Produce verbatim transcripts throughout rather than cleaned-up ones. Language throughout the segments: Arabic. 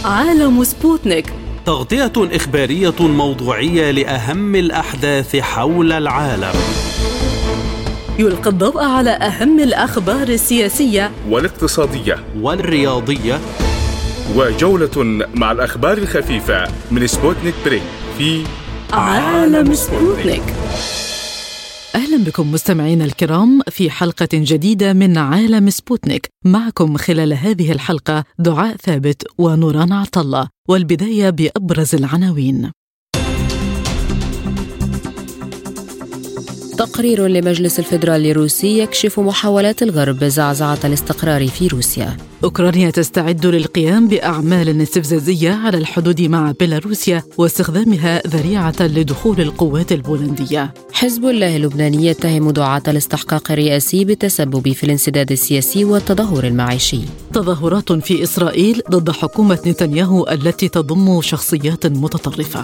عالم سبوتنيك، تغطية إخبارية موضوعية لأهم الأحداث حول العالم. يلقي الضوء على أهم الأخبار السياسية والاقتصادية والرياضية، وجولة مع الأخبار الخفيفة من سبوتنيك بريك في عالم سبوتنيك. أهلا بكم مستمعينا الكرام في حلقة جديدة من عالم سبوتنيك. معكم خلال هذه الحلقة دعاء ثابت ونوران عطلة، والبداية بأبرز العناوين. تقرير لمجلس الفيدرالي الروسي يكشف محاولات الغرب بزعزعة الاستقرار في روسيا. أوكرانيا تستعد للقيام بأعمال استفزازية على الحدود مع بيلاروسيا واستخدامها ذريعة لدخول القوات البولندية. حزب الله اللبناني يتهم دعاة الاستحقاق الرئاسي بالتسبب في الانسداد السياسي والتدهور المعيشي. تظاهرات في إسرائيل ضد حكومة نتنياهو التي تضم شخصيات متطرفة.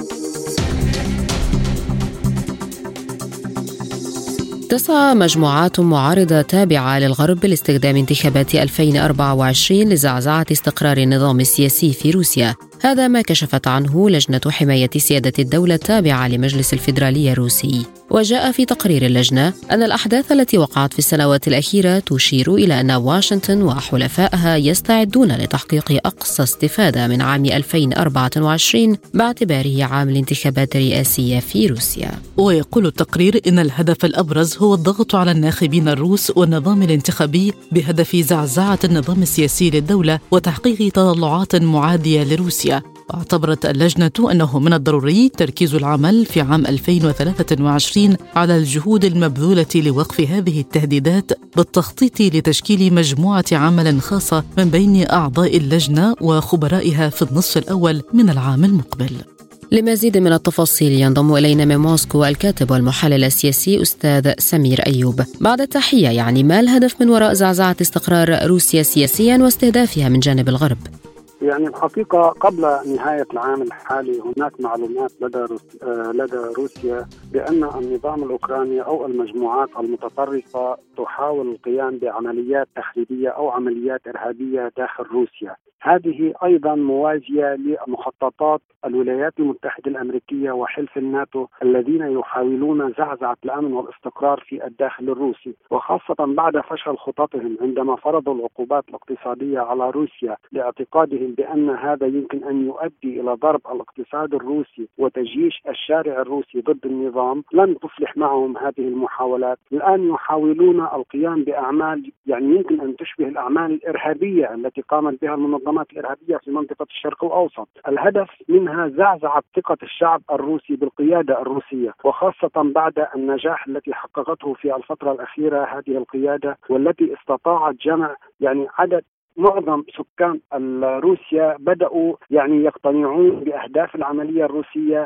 تسعى مجموعات معارضة تابعة للغرب لاستخدام انتخابات ألفين وأربعة وعشرين لزعزعة استقرار النظام السياسي في روسيا. هذا ما كشفت عنه لجنة حماية سيادة الدولة التابعة لمجلس الفيدرالي الروسي. وجاء في تقرير اللجنة أن الأحداث التي وقعت في السنوات الأخيرة تشير إلى أن واشنطن وحلفائها يستعدون لتحقيق أقصى استفادة من عام ألفين وأربعة وعشرين باعتباره عام الانتخابات الرئاسية في روسيا. ويقول التقرير إن الهدف الأبرز هو الضغط على الناخبين الروس والنظام الانتخابي بهدف زعزعة النظام السياسي للدولة وتحقيق تطلعات معادية لروسيا. واعتبرت اللجنة أنه من الضروري تركيز العمل في عام ألفين وثلاثة وعشرين على الجهود المبذولة لوقف هذه التهديدات بالتخطيط لتشكيل مجموعة عمل خاصة من بين أعضاء اللجنة وخبرائها في النصف الأول من العام المقبل. لمزيد من التفاصيل ينضم إلينا من موسكو الكاتب والمحلل السياسي أستاذ سمير أيوب. بعد التحية، يعني ما الهدف من وراء زعزعة استقرار روسيا سياسيا واستهدافها من جانب الغرب؟ يعني الحقيقة قبل نهاية العام الحالي هناك معلومات لدى روس... لدى روسيا بأن النظام الأوكراني أو المجموعات المتطرفة تحاول القيام بعمليات تخريبية أو عمليات إرهابية داخل روسيا. هذه أيضا موازية لمخططات الولايات المتحدة الأمريكية وحلف الناتو الذين يحاولون زعزعة الأمن والاستقرار في الداخل الروسي، وخاصة بعد فشل خططهم عندما فرضوا العقوبات الاقتصادية على روسيا لاعتقادهم بأن هذا يمكن أن يؤدي إلى ضرب الاقتصاد الروسي وتجيش الشارع الروسي ضد النظام. لن تفلح معهم هذه المحاولات. الآن يحاولون القيام بأعمال يعني يمكن أن تشبه الأعمال الإرهابية التي قامت بها المنظمات الإرهابية في منطقة الشرق الأوسط. الهدف منها زعزعة ثقة الشعب الروسي بالقيادة الروسية، وخاصة بعد النجاح التي حققته في الفترة الأخيرة هذه القيادة، والتي استطاعت جمع يعني عدد معظم سكان روسيا بدأوا يعني يقتنعون بأهداف العملية الروسية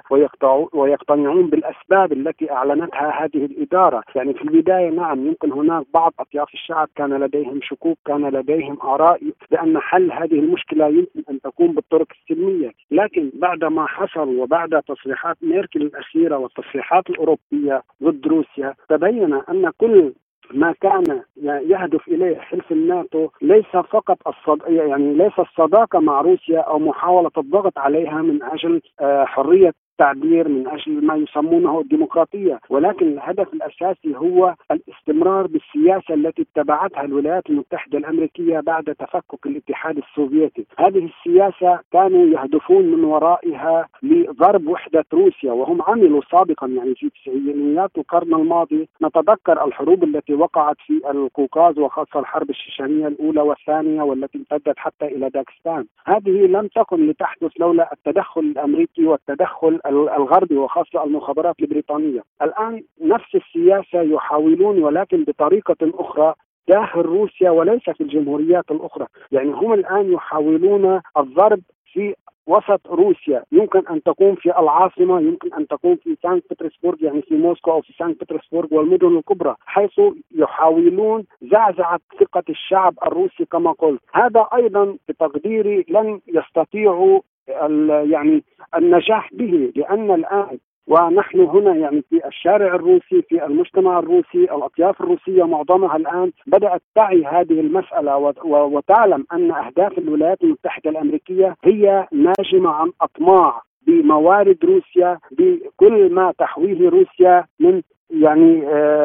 ويقتنعون بالأسباب التي أعلنتها هذه الإدارة. يعني في البداية نعم يمكن هناك بعض أطياف الشعب كان لديهم شكوك، كان لديهم آراء بأن حل هذه المشكلة يمكن أن تكون بالطرق السلمية، لكن بعد ما حصل وبعد تصريحات ميركل الأخيرة والتصريحات الأوروبية ضد روسيا تبين أن كل ما كان يهدف إليه حلف الناتو ليس فقط الصد... يعني ليس الصداقة مع روسيا أو محاولة الضغط عليها من أجل حرية التعبير، من أجل ما يسمونه الديمقراطية، ولكن الهدف الأساسي هو الاستمرار بالسياسة التي اتبعتها الولايات المتحدة الأمريكية بعد تفكك الاتحاد السوفيتي. هذه السياسة كانوا يهدفون من ورائها لضرب وحدة روسيا، وهم عملوا سابقا يعني في تسعينيات القرن الماضي. نتذكر الحروب التي وقعت في القوقاز وخاصة الحرب الشيشانية الأولى والثانية والتي امتدت حتى إلى داغستان. هذه لم تكن لتحدث لولا التدخل الأمريكي والتدخل الغربي وخاصة المخابرات البريطانية. الآن نفس السياسة يحاولون ولكن بطريقة أخرى داخل روسيا وليس في الجمهوريات الأخرى. يعني هم الآن يحاولون الضرب في وسط روسيا، يمكن أن تكون في العاصمة، يمكن أن تكون في سانت بطرسبورغ يعني في موسكو أو في سانت بطرسبورغ والمدن الكبرى، حيث يحاولون زعزعة ثقة الشعب الروسي كما قلت. هذا أيضا بتقديري لن يستطيعوا يعني النجاح به، لأن الآن ونحن هنا يعني في الشارع الروسي، في المجتمع الروسي، الأطياف الروسية معظمها الآن بدأت تعي هذه المسألة وتعلم أن أهداف الولايات المتحدة الأمريكية هي ناجمة عن أطماع بموارد روسيا، بكل ما تحويه روسيا من يعني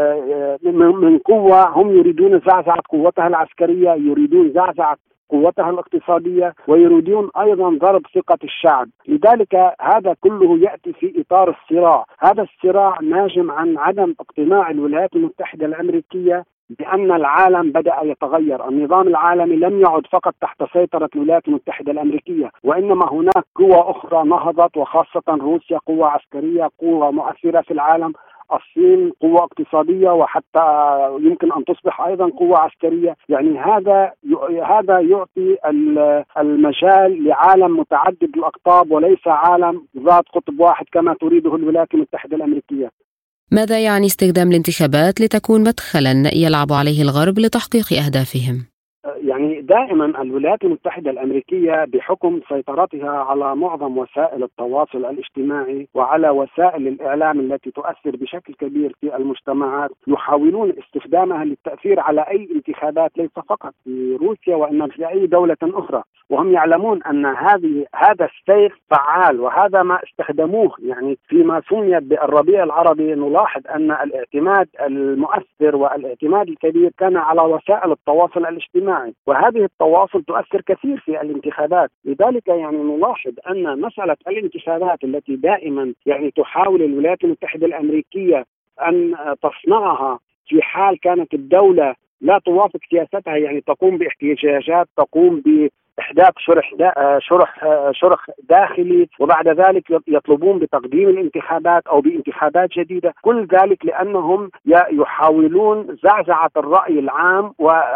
من قوة. هم يريدون زعزعة قوتها العسكرية، يريدون زعزعة قوتها الاقتصادية، ويريدون أيضا ضرب ثقة الشعب. لذلك هذا كله يأتي في إطار الصراع. هذا الصراع ناجم عن عدم اقتناع الولايات المتحدة الأمريكية بأن العالم بدأ يتغير. النظام العالمي لم يعد فقط تحت سيطرة الولايات المتحدة الأمريكية، وإنما هناك قوى أخرى نهضت، وخاصة روسيا قوة عسكرية، قوة مؤثرة في العالم. الصين قوة اقتصادية، وحتى يمكن أن تصبح أيضا قوة عسكرية. يعني هذا هذا يعطي المجال لعالم متعدد الأقطاب، وليس عالم ذات قطب واحد كما تريده الولايات المتحدة الأمريكية. ماذا يعني استخدام الانتخابات لتكون مدخلا يلعب عليه الغرب لتحقيق أهدافهم؟ يعني دائما الولايات المتحدة الأمريكية بحكم سيطرتها على معظم وسائل التواصل الاجتماعي وعلى وسائل الإعلام التي تؤثر بشكل كبير في المجتمعات، يحاولون استخدامها للتأثير على أي انتخابات، ليس فقط في روسيا وإنما في أي دولة أخرى. وهم يعلمون أن هذه هذا السيف فعال، وهذا ما استخدموه يعني فيما سمي بالربيع العربي. نلاحظ أن الاعتماد المؤثر والاعتماد الكبير كان على وسائل التواصل الاجتماعي، وهذه التواصل تؤثر كثير في الانتخابات. لذلك يعني نلاحظ أن مسألة الانتخابات التي دائما يعني تحاول الولايات المتحدة الأمريكية أن تصنعها في حال كانت الدولة لا توافق سياستها، يعني تقوم باحتجاجات، تقوم بإحداث شرح دا شرح شرح داخلي، وبعد ذلك يطلبون بتقديم الانتخابات أو بانتخابات جديدة. كل ذلك لأنهم يحاولون زعزعة الرأي العام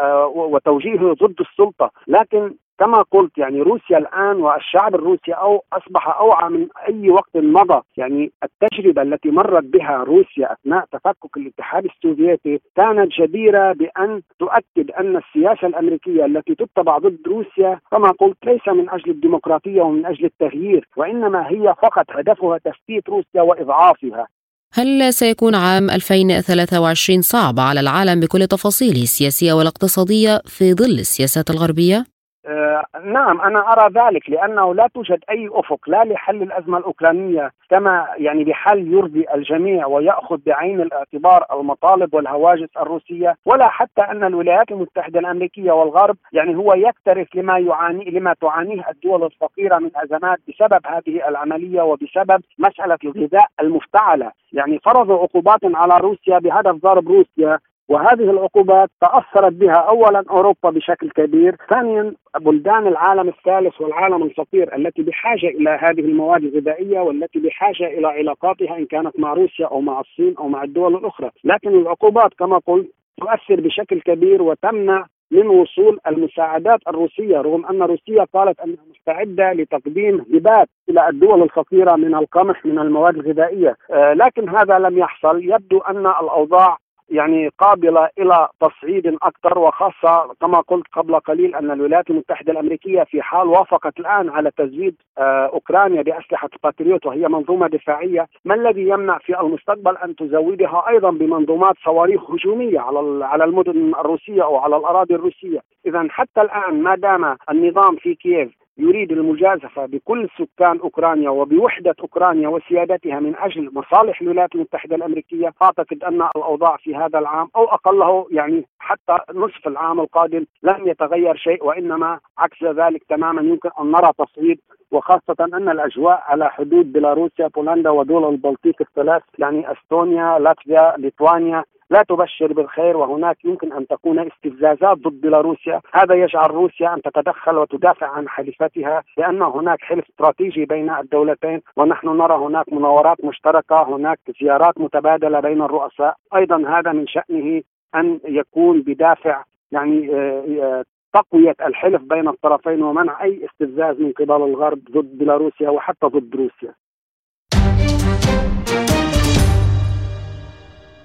وتوجيهه ضد السلطة. لكن كما قلت يعني روسيا الآن والشعب الروسي أو أصبح أوعى من أي وقت مضى. يعني التجربة التي مرت بها روسيا أثناء تفكك الاتحاد السوفيتي كانت جديرة بأن تؤكد أن السياسة الأمريكية التي تتبع ضد روسيا كما قلت ليس من أجل الديمقراطية ومن أجل التغيير، وإنما هي فقط هدفها تفتيت روسيا وإضعافها. هل سيكون عام ألفين وثلاثة وعشرين صعب على العالم بكل تفاصيله السياسية والاقتصادية في ظل السياسات الغربية؟ آه نعم، أنا أرى ذلك، لأنه لا توجد أي أفق لا لحل الأزمة الأوكرانية كما يعني بحل يرضي الجميع ويأخذ بعين الاعتبار المطالب والهواجس الروسية، ولا حتى أن الولايات المتحدة الأمريكية والغرب يعني هو يكترث لما يعاني لما تعانيه الدول الفقيرة من أزمات بسبب هذه العملية وبسبب مسألة الغذاء المفتعلة. يعني فرضوا عقوبات على روسيا بهدف ضرب روسيا، وهذه العقوبات تأثرت بها أولا أوروبا بشكل كبير، ثانيا بلدان العالم الثالث والعالم الفقير التي بحاجة إلى هذه المواد الغذائية والتي بحاجة إلى علاقاتها إن كانت مع روسيا أو مع الصين أو مع الدول الأخرى. لكن العقوبات كما قلت تؤثر بشكل كبير وتمنع من وصول المساعدات الروسية، رغم أن روسيا قالت أنها مستعدة لتقديم هبات إلى الدول الفقيرة من القمح من المواد الغذائية، آه لكن هذا لم يحصل. يبدو أن الأوضاع يعني قابلة إلى تصعيد أكثر، وخاصة كما قلت قبل قليل أن الولايات المتحدة الأمريكية في حال وافقت الآن على تزويد أوكرانيا بأسلحة باتريوت وهي منظومة دفاعية، ما الذي يمنع في المستقبل أن تزودها أيضا بمنظومات صواريخ هجومية على على المدن الروسية أو على الأراضي الروسية؟ إذا حتى الآن ما دام النظام في كييف يريد المجازفة بكل سكان أوكرانيا وبوحدة أوكرانيا وسيادتها من أجل مصالح الولايات المتحدة الأمريكية، أعتقد أن الأوضاع في هذا العام أو أقله يعني حتى نصف العام القادم لن يتغير شيء، وإنما عكس ذلك تماما يمكن أن نرى تصعيد، وخاصة أن الأجواء على حدود بيلاروسيا بولندا ودول البلطيق الثلاث يعني أستونيا لاتفيا ليتوانيا لا تبشر بالخير، وهناك يمكن أن تكون استفزازات ضد بيلاروسيا. هذا يجعل روسيا أن تتدخل وتدافع عن حليفتها، لأن هناك حلف استراتيجي بين الدولتين، ونحن نرى هناك مناورات مشتركة، هناك زيارات متبادلة بين الرؤساء. أيضا هذا من شأنه أن يكون بدافع يعني تقوية الحلف بين الطرفين ومنع أي استفزاز من قبل الغرب ضد بيلاروسيا وحتى ضد روسيا.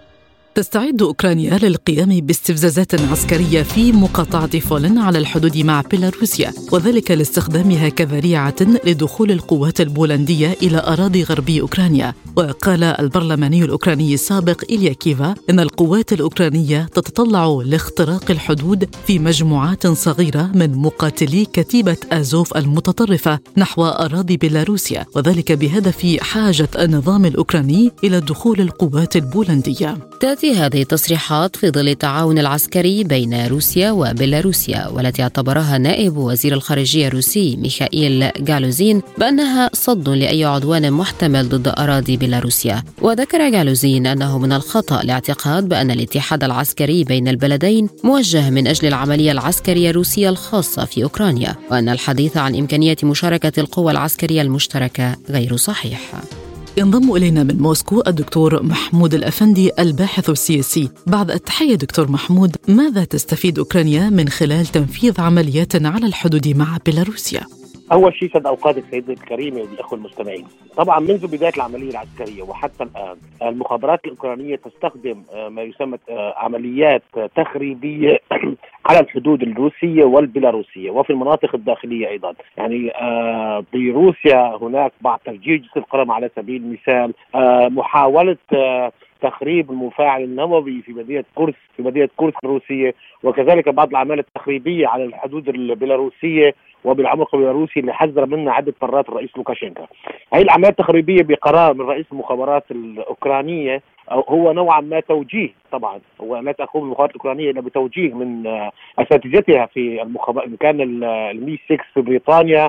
تستعد أوكرانيا للقيام باستفزازات عسكرية في مقاطعة فولن على الحدود مع بيلاروسيا، وذلك لاستخدامها كذريعة لدخول القوات البولندية إلى أراضي غربي أوكرانيا. وقال البرلماني الأوكراني السابق إيليا كيفا إن القوات الأوكرانية تتطلع لاختراق الحدود في مجموعات صغيرة من مقاتلي كتيبة آزوف المتطرفة نحو أراضي بيلاروسيا، وذلك بهدف حاجة النظام الأوكراني إلى دخول القوات البولندية. تأتي هذه التصريحات في ظل التعاون العسكري بين روسيا وبيلاروسيا، والتي اعتبرها نائب وزير الخارجية الروسي ميخائيل غالوزين بأنها صد لأي عدوان محتمل ضد أراضي بيلاروسيا. وذكر غالوزين أنه من الخطأ الاعتقاد بأن الاتحاد العسكري بين البلدين موجه من أجل العملية العسكرية الروسية الخاصة في أوكرانيا، وأن الحديث عن إمكانية مشاركة القوى العسكرية المشتركة غير صحيح. ينضم إلينا من موسكو الدكتور محمود الأفندي الباحث السياسي. بعد التحية دكتور محمود، ماذا تستفيد أوكرانيا من خلال تنفيذ عمليات على الحدود مع بيلاروسيا؟ أول شيء سد أوقاتك سيدي الكريم والأخوة المستمعين. طبعا منذ بداية العملية العسكرية وحتى الآن المخابرات الأوكرانية تستخدم ما يسمى عمليات تخريبية على الحدود الروسية والبيلاروسية وفي المناطق الداخلية أيضا. يعني بروسيا هناك بعض تفجير جسر القرم على سبيل المثال، محاولة تخريب المفاعل النووي في مدينة كورسك في مدينة كورسك الروسية، وكذلك بعض الأعمال التخريبية على الحدود البيلاروسية وبالعمق البيلاروسي اللي حذر منها عدة مرات الرئيس لوكاشينكا. هذه العمليات التخريبية بقرار من رئيس المخابرات الأوكرانية هو نوعا ما توجيه، طبعا هو لا تقوم المخابرات الأوكرانية إلا بتوجيه من أساتذتها في المخابرات، كان المي ستة في بريطانيا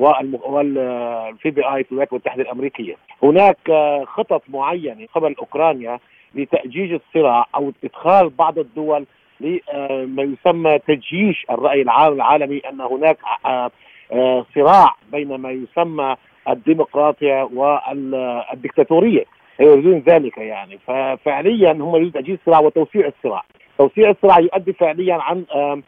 والفي بي اي في الولايات المتحدة الأمريكية. هناك خطط معينة قبل أوكرانيا لتأجيج الصراع أو إدخال بعض الدول لما يسمى تجييش الرأي العام العالمي أن هناك صراع بين ما يسمى الديمقراطية والديكتاتورية، يريدون ذلك يعني. ففعليا هم يريدون تأجيج الصراع وتوسيع الصراع. توسيع الصراع يؤدي فعليا عن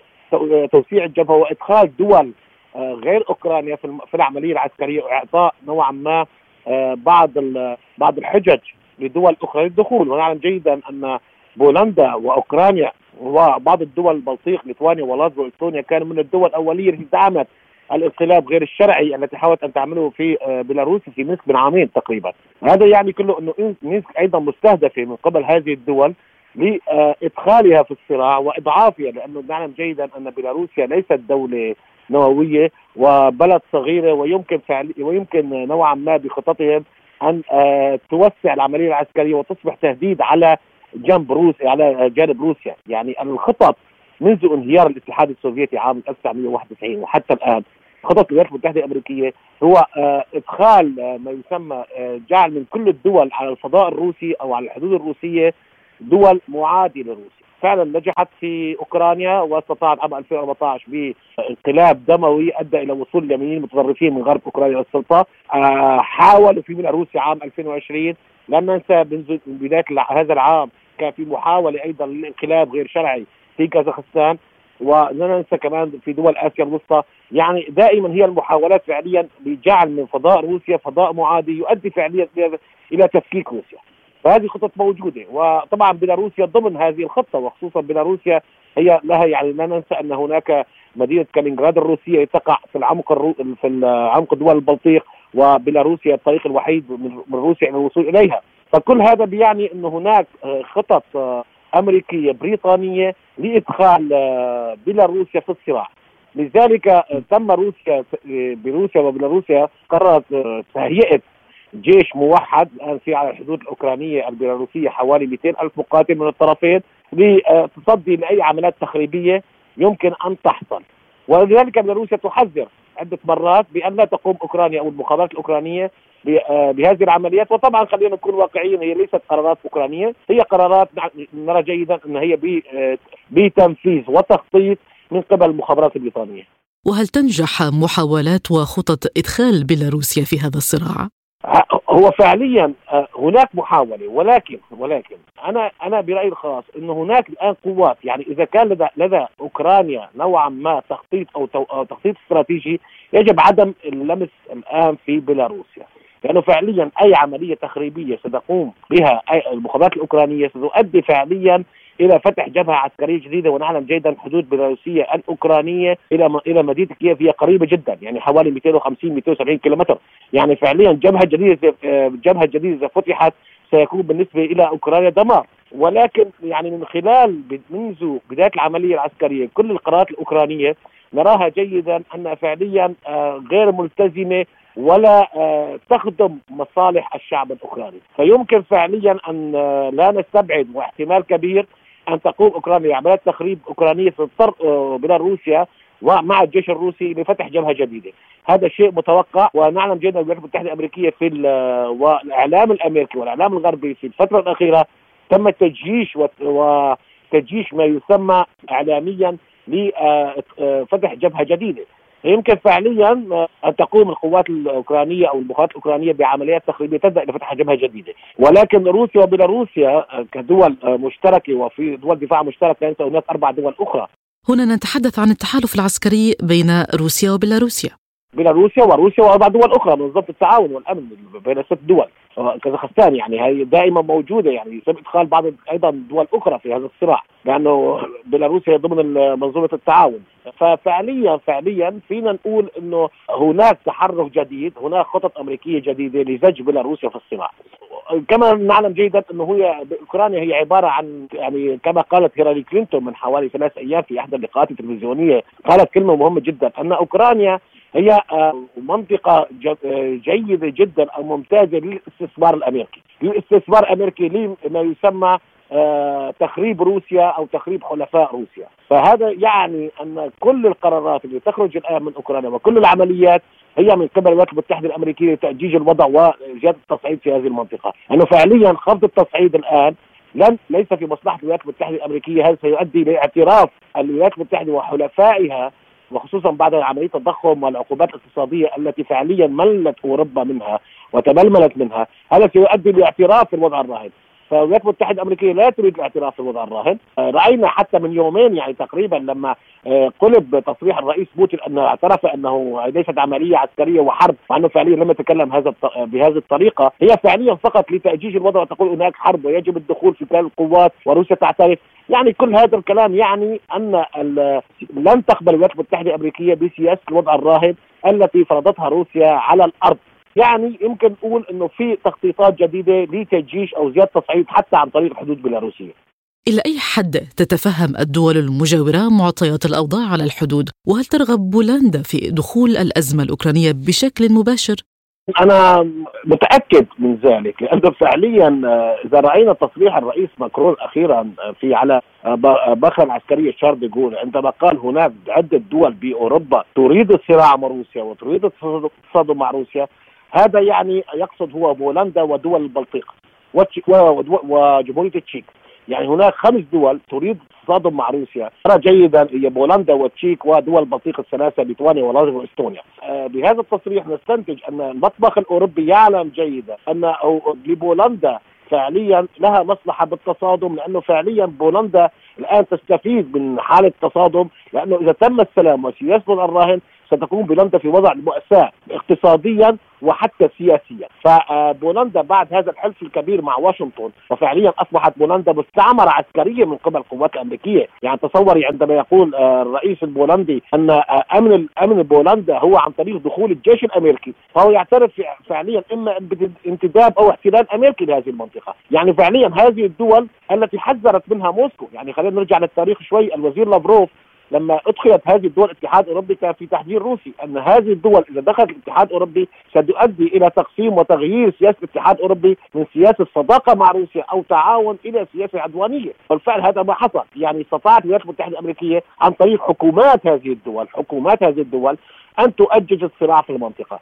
توسيع الجبهة وإدخال دول غير أوكرانيا في العملية العسكرية وإعطاء نوعا ما بعض بعض الحجج لدول أخرى للدخول. ونعلم جيدا أن بولندا وأوكرانيا وبعض الدول البلطيق ليتوانيا ولاتفيا وإستونيا كانوا من الدول الأولية التي دعمت الانقلاب غير الشرعي التي حاولت أن تعمله في بيلاروس في مينسك من عامين تقريبا. هذا يعني كله أنه مينسك أيضا مستهدفة من قبل هذه الدول لإدخالها في الصراع وإضعافها، لأنه نعلم جيدا أن بيلاروسيا ليست دولة نووية وبلد صغيرة، ويمكن فعل ويمكن نوعا ما بخططهم أن توسع العملية العسكرية وتصبح تهديد على جنب روسيا على جانب روسيا. يعني الخطط منذ انهيار الاتحاد السوفيتي عام ألف وتسعمائة وواحد وتسعين وحتى الآن خطط الولايات المتحدة الأمريكية هو إدخال ما يسمى جعل من كل الدول على الفضاء الروسي أو على الحدود الروسية دول معادية لروسيا. فعلا نجحت في أوكرانيا واستطاعت عام ألفين وأربعة عشر بانقلاب دموي أدى إلى وصول اليمنيين المتطرفين من غرب أوكرانيا للسلطة. حاولوا في من روسيا عام ألفين وعشرين، لا ننسى من بداية هذا العام كان في محاولة أيضا للانقلاب غير شرعي في كازاخستان، ولا ننسى كمان في دول آسيا الوسطى. يعني دائما هي المحاولات فعليا لجعل من فضاء روسيا فضاء معادي يؤدي فعليا إلى تفكيك روسيا. فهذه خطط موجودة، وطبعا بيلاروسيا ضمن هذه الخطة، وخصوصا بيلاروسيا هي لها يعني لا ننسى أن هناك مدينة كالينغراد الروسية تقع في العمق الرو... في عمق دول البلطيق، وبيلاروسيا الطريق الوحيد من روسيا إلى الوصول إليها. فكل هذا بيعني أن هناك خطط أمريكية بريطانية لإدخال بيلاروسيا في الصراع. لذلك تم روسيا بروسيا وبيلاروسيا قررت تهيئة جيش موحد الآن في على الحدود الأوكرانية البيلاروسية حوالي مئتين ألف مقاتل من الطرفين لتصدي لأي عمليات تخريبية يمكن أن تحصل. ولذلك بيلاروسيا تحذر عدة مرات بأن لا تقوم أوكرانيا أو المخابرات الأوكرانية بهذه العمليات. وطبعا خلينا نكون واقعيين، هي ليست قرارات أوكرانية، هي قرارات نرى جيدا أن هي بتنفيذ وتخطيط من قبل المخابرات البريطانية. وهل تنجح محاولات وخطط إدخال بيلاروسيا في هذا الصراع؟ هو فعليا هناك محاولة، ولكن ولكن أنا أنا برأيي الخاص إنه هناك الآن قوات. يعني إذا كان لدى لدى أوكرانيا نوعا ما تخطيط أو, أو تخطيط استراتيجي، يجب عدم اللمس الآن في بيلاروسيا. لأنه فعليا أي عملية تخريبية ستقوم بها المخابرات الأوكرانية ستؤدي فعليا إلى فتح جبهة عسكرية جديدة. ونعلم جيدا الحدود البيلاروسية الأوكرانية إلى إلى مدينة كييف هي قريبة جدا، يعني حوالي مئتين وخمسين مئتين وسبعين كيلومتر. يعني فعليا جبهة جديدة جبهة جديدة إذا فتحت سيكون بالنسبة إلى أوكرانيا دمار. ولكن يعني من خلال منذ بداية العملية العسكرية كل القرارات الأوكرانية نراها جيدا أنها فعليا غير ملتزمة ولا تخدم مصالح الشعب الأوكراني. فيمكن فعليا أن لا نستبعد واحتمال كبير أن تقوم أوكرانيا بعمليات تخريب أوكرانية تضطر بيلاروسيا ومع الجيش الروسي لفتح جبهة جديدة. هذا شيء متوقع. ونعلم جدا الولايات المتحدة الأمريكية في والإعلام الأمريكي والإعلام الغربي في الفترة الأخيرة تم تجيش وتجيش ما يسمى إعلاميا لفتح جبهة جديدة. يمكن فعليا أن تقوم القوات الأوكرانية أو المخابرات الأوكرانية بعمليات تخريبية تبدأ إلى فتح جبهة جديدة. ولكن روسيا وبيلاروسيا كدول مشتركة وفي دول دفاع مشترك ليس هناك أربع دول أخرى. هنا نتحدث عن التحالف العسكري بين روسيا وبيلاروسيا. بيلاروسيا وروسيا وأربع دول أخرى، منظمة التعاون والأمن بين ست دول، كازاخستان يعني هي دائما موجودة، يعني يتم إدخال بعض أيضا دول أخرى في هذا الصراع لأنه بيلاروسيا ضمن منظومة التعاون. ففعليا فعليا فينا نقول إنه هناك تحرك جديد، هناك خطط أمريكية جديدة لزج بيلاروسيا في الصراع. كما نعلم جيدا أنه هي أوكرانيا هي عبارة عن يعني كما قالت هيلاري كلينتون من حوالي ثلاث أيام في إحدى اللقاءات التلفزيونية، قالت كلمة مهمة جدا أن أوكرانيا هي منطقة جيدة جدا أو ممتازة للاستثمار الأمريكي، للاستثمار الأمريكي لما يسمى تخريب روسيا أو تخريب حلفاء روسيا. فهذا يعني أن كل القرارات اللي تخرج الآن من أوكرانيا وكل العمليات هي من قبل الولايات المتحدة الأمريكية لتأجيج الوضع وزيادة التصعيد في هذه المنطقة. أنه فعليا خفض التصعيد الآن لن ليس في مصلحة الولايات المتحدة الأمريكية. هذا سيؤدي لاعتراف الولايات المتحدة وحلفائها وخصوصا بعد عملية التضخم والعقوبات الاقتصادية التي فعليا ملت أوروبا منها وتململت منها. هذا سيؤدي لاعتراف الوضع الراهن. فالولايات المتحدة الأمريكية لا تريد الاعتراف في الوضع الراهن. رأينا حتى من يومين يعني تقريبا لما قلب تصريح الرئيس بوتين أنه اعترف أنه ليست عملية عسكرية وحرب، وأنه فعليا لم يتكلم هذا بهذه الطريقة، هي فعليا فقط لتأجيج الوضع وتقول هناك حرب ويجب الدخول في كل القوات وروسيا تعترف. يعني كل هذا الكلام يعني أن لن تقبل الولايات المتحدة الأمريكية بسياسة الوضع الراهن التي فرضتها روسيا على الأرض. يعني يمكن نقول أنه في تخطيطات جديدة لتجيش أو زيادة تصعيد حتى عن طريق الحدود البيلاروسية. إلى أي حد تتفهم الدول المجاورة معطيات الأوضاع على الحدود؟ وهل ترغب بولندا في دخول الأزمة الأوكرانية بشكل مباشر؟ أنا متأكد من ذلك، لأنه فعليا إذا رأينا تصريح الرئيس ماكرون أخيرا في على بخرة العسكرية شارل دي غول عندما قال هناك عدة دول بأوروبا تريد الصراع مع روسيا وتريد التصادم مع روسيا، هذا يعني يقصد هو بولندا ودول البلطيق وجمهورية التشيك. يعني هناك خمس دول تريد التصادم مع روسيا. ترى جيدا هي بولندا والتشيك ودول البلطيق الثلاثة ليتوانيا ولاتفيا واستونيا. آه بهذا التصريح نستنتج أن المطبخ الأوروبي يعلم جيدا أن لبولندا فعليا لها مصلحة بالتصادم، لأنه فعليا بولندا الآن تستفيد من حالة تصادم، لأنه إذا تم السلام وسياسة الراهن ستكون بولندا في وضع مؤساة اقتصاديا وحتى سياسيا. فبولندا بعد هذا الحلف الكبير مع واشنطن وفعليا أصبحت بولندا مستعمرة عسكرية من قبل القوات الأمريكية. يعني تصوري عندما يقول الرئيس البولندي أن أمن أمن بولندا هو عن طريق دخول الجيش الأمريكي، فهو يعترف فعليا إما انتداب أو احتلال أمريكي لهذه المنطقة. يعني فعليا هذه الدول التي حذرت منها موسكو، يعني خلينا نرجع للتاريخ شوي، الوزير لافروف لما أدخلت هذه الدول الاتحاد الأوروبي كان في تحذير روسي أن هذه الدول إذا دخلت الاتحاد الأوروبي ستؤدي إلى تقسيم وتغيير سياسة الاتحاد الأوروبي من سياسة صداقة مع روسيا أو تعاون إلى سياسة عدوانية. بالفعل هذا ما حصل. يعني استطاعت الولايات المتحدة الأمريكية عن طريق حكومات هذه الدول حكومات هذه الدول أن تؤجج الصراع في المنطقة.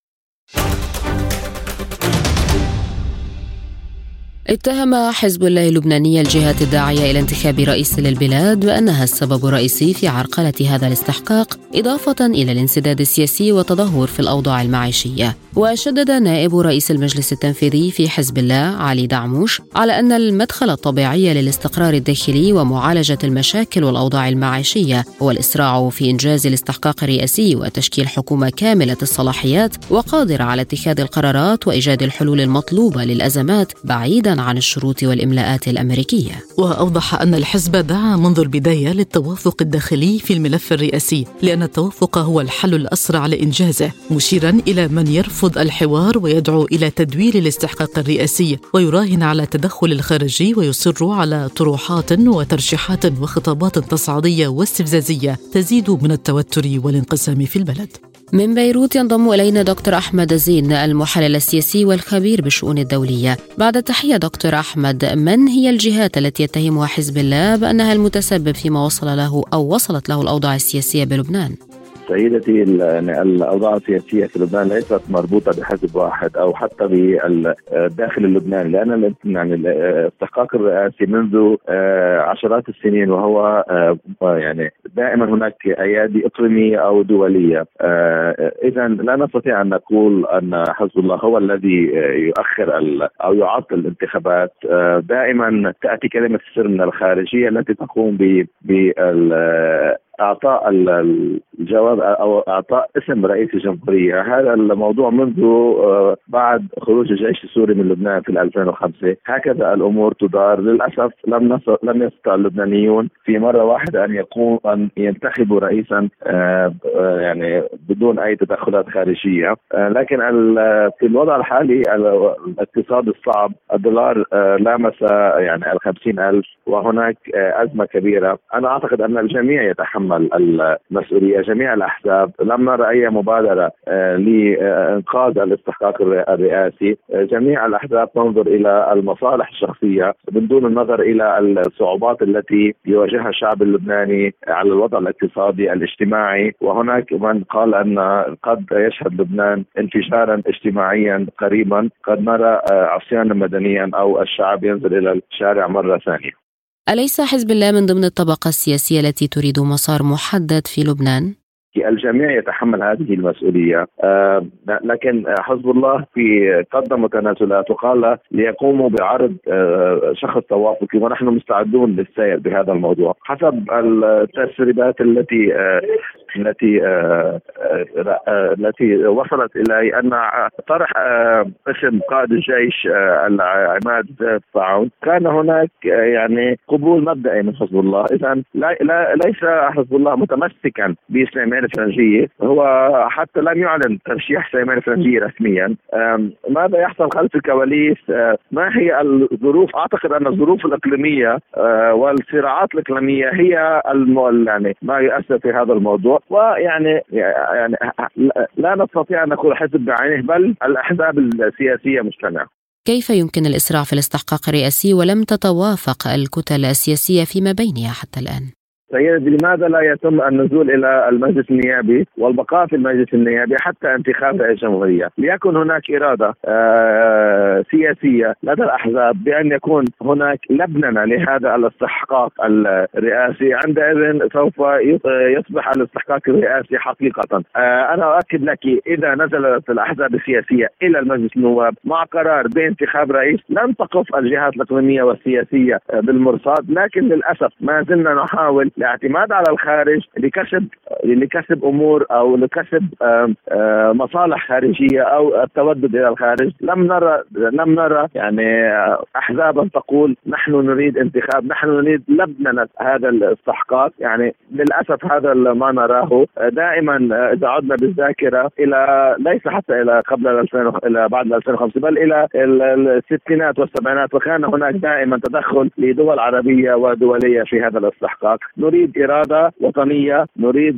اتهم حزب الله اللبناني الجهات الداعية إلى انتخاب رئيس للبلاد بأنها السبب الرئيسي في عرقلة هذا الاستحقاق، إضافة إلى الانسداد السياسي والتدهور في الأوضاع المعيشية. وشدد نائب رئيس المجلس التنفيذي في حزب الله علي دعموش على أن المدخل الطبيعي للاستقرار الداخلي ومعالجة المشاكل والأوضاع المعيشية هو الإسراع في إنجاز الاستحقاق الرئاسي وتشكيل حكومة كاملة الصلاحيات وقادرة على اتخاذ القرارات وإيجاد الحلول المطلوبة للأزمات بعيدا عن الشروط والإملاءات الأمريكية. وأوضح أن الحزب دعا منذ البداية للتوافق الداخلي في الملف الرئاسي لأن التوافق هو الحل الأسرع لإنجازه، مشيرا إلى من يرفض الحوار ويدعو إلى تدوير الاستحقاق الرئاسي ويراهن على التدخل الخارجي ويصر على طروحات وترشيحات وخطابات تصعيدية واستفزازية تزيد من التوتر والانقسام في البلد. من بيروت ينضم إلينا دكتور أحمد زين المحلل السياسي والخبير بالشؤون الدولية. بعد التحية دكتور أحمد، من هي الجهات التي يتهمها حزب الله بأنها المتسبب فيما وصل له أو وصلت له الأوضاع السياسية بلبنان؟ سيدتي، الأوضاع السياسية في لبنان ليست مربوطة بحزب واحد أو حتى بالداخل اللبناني، لأن يعني الاستحقاق الرئاسي منذ عشرات السنين وهو يعني دائما هناك أيادي إقليمية أو دولية. إذا لا نستطيع أن نقول أن حزب الله هو الذي يؤخر أو يعطل الانتخابات. دائما تأتي كلمة السر من الخارجية التي تقوم بال إعطاء الجواب أو إعطاء اسم رئيس الجمهورية. هذا الموضوع منذ بعد خروج الجيش السوري من لبنان في ألفين وخمسة هكذا الأمور تدار. للأسف لم لم يستطع اللبنانيون في مرة واحدة أن يقوم أن ينتخبوا رئيسا يعني بدون أي تدخلات خارجية. لكن في الوضع الحالي الاقتصاد الصعب، الدولار لامس يعني الخمسين ألف وهناك أزمة كبيرة. أنا أعتقد أن الجميع يتحمل المسؤولية، جميع الأحزاب. لم نرى أي مبادرة لإنقاذ الاستحقاق الرئاسي. جميع الأحزاب تنظر إلى المصالح الشخصية من دون النظر إلى الصعوبات التي يواجهها الشعب اللبناني على الوضع الاقتصادي الاجتماعي. وهناك من قال أن قد يشهد لبنان انفجارا اجتماعيا قريبا، قد نرى عصيانا مدنيا أو الشعب ينزل إلى الشارع مرة ثانية. أليس حزب الله من ضمن الطبقة السياسية التي تريد مسار محدد في لبنان؟ الجميع يتحمل هذه المسؤولية، آه لكن حزب الله في قدم تنازلات وقال ليقوموا بعرض آه شخص توافقي، ونحن مستعدون للسير بهذا الموضوع حسب التسريبات التي آه التي آه آه التي وصلت إلى أن طرح آه اسم قائد الجيش آه العماد طاعون كان هناك آه يعني قبول مبدئي من حزب الله. إذا لا لا ليس حزب الله متمسكا بإسلامية الفرنجية، هو حتى لم يعلن ترشيح سليمان الفرنجية رسميا. ماذا يحصل خلف الكواليس؟ ما هي الظروف؟ أعتقد أن الظروف الإقليمية والصراعات الإقليمية هي يعني ما يؤثر في هذا الموضوع. ويعني يعني لا نستطيع أن نقول حزب بعينه، بل الأحزاب السياسية مجتمعة. كيف يمكن الإسراع في الاستحقاق الرئاسي ولم تتوافق الكتل السياسية فيما بينها حتى الآن؟ سيدي، لماذا لا يتم النزول إلى المجلس النيابي والبقاء في المجلس النيابي حتى انتخاب رئيس جمهورية؟ ليكن هناك إرادة آه سياسية لدى الأحزاب بأن يكون هناك لبنة لهذا الاستحقاق الرئاسي. عندئذ سوف يصبح الاستحقاق الرئاسي حقيقة. آه أنا أؤكد لك، إذا نزلت الأحزاب السياسية إلى المجلس النواب مع قرار بانتخاب رئيس لن تقف الجهات الإقليمية والسياسية بالمرصاد. لكن للأسف ما زلنا نحاول الاعتماد على الخارج لكسب لكسب امور او لكسب مصالح خارجيه او التودد الى الخارج. لم نرى لم نرى يعني احزابا تقول نحن نريد انتخاب، نحن نريد لبنة هذا الاستحقاق. يعني للاسف هذا ما نراه. دائما اذا عدنا بالذاكره الى ليس حتى الى قبل ألفين الى بعد ألفين وخمسة بل الى الستينات والسبعينات، وكان هناك دائما تدخل لدول عربيه ودوليه في هذا الاستحقاق. نريد إرادة وطنية، نريد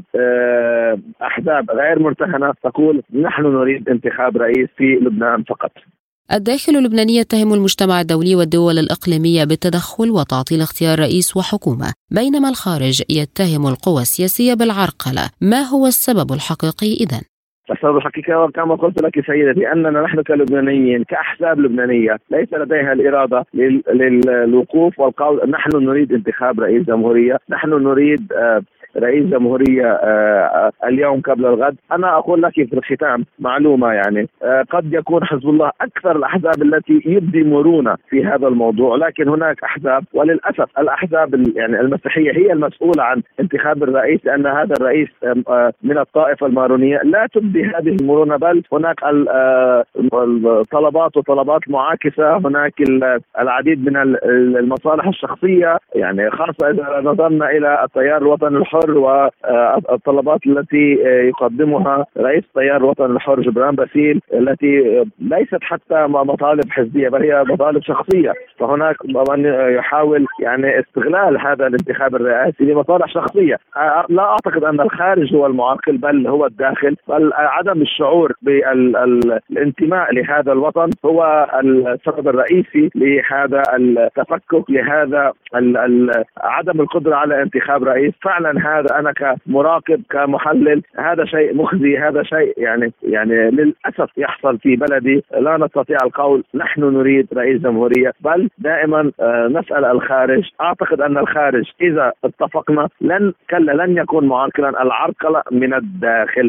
أحزاب غير مرتهنة تقول نحن نريد انتخاب رئيس في لبنان فقط. الداخل اللبناني يتهم المجتمع الدولي والدول الإقليمية بالتدخل وتعطيل اختيار رئيس وحكومة، بينما الخارج يتهم القوى السياسية بالعرقلة. ما هو السبب الحقيقي إذن؟ السبب الحقيقي كما قلت لك سيدتي أننا نحن كلبنانيين كأحزاب لبنانية ليس لديها الإرادة للوقوف والقول نحن نريد انتخاب رئيس جمهورية، نحن نريد رئيس جمهورية اليوم قبل الغد. أنا أقول لك في الختام معلومة، يعني قد يكون حزب الله أكثر الأحزاب التي يبدي مرونة في هذا الموضوع، لكن هناك أحزاب وللأسف الأحزاب يعني المسيحية هي المسؤولة عن انتخاب الرئيس، لأن هذا الرئيس من الطائفة المارونية لا تبدي هذه المرونة، بل هناك الطلبات وطلبات معاكسة، هناك العديد من المصالح الشخصية، يعني خاصة إذا نظرنا إلى التيار الوطني الحر والطلبات التي يقدمها رئيس التيار الوطني الحر جبران باسيل، التي ليست حتى مطالب حزبية بل هي مطالب شخصية. فهناك من يحاول يعني استغلال هذا الانتخاب الرئاسي لمصالح شخصية. لا أعتقد أن الخارج هو المعرقل بل هو الداخل، بل عدم الشعور بالانتماء لهذا الوطن هو السبب الرئيسي لهذا التفكك، لهذا عدم القدرة على انتخاب رئيس. فعلا هذا أنا كمراقب كمحلل هذا شيء مخزي، هذا شيء يعني يعني للأسف يحصل في بلدي. لا نستطيع القول نحن نريد رئيس جمهورية، بل دائما نسأل الخارج. أعتقد أن الخارج إذا اتفقنا لن كلا لن يكون معرقلا، العرقلة من الداخل.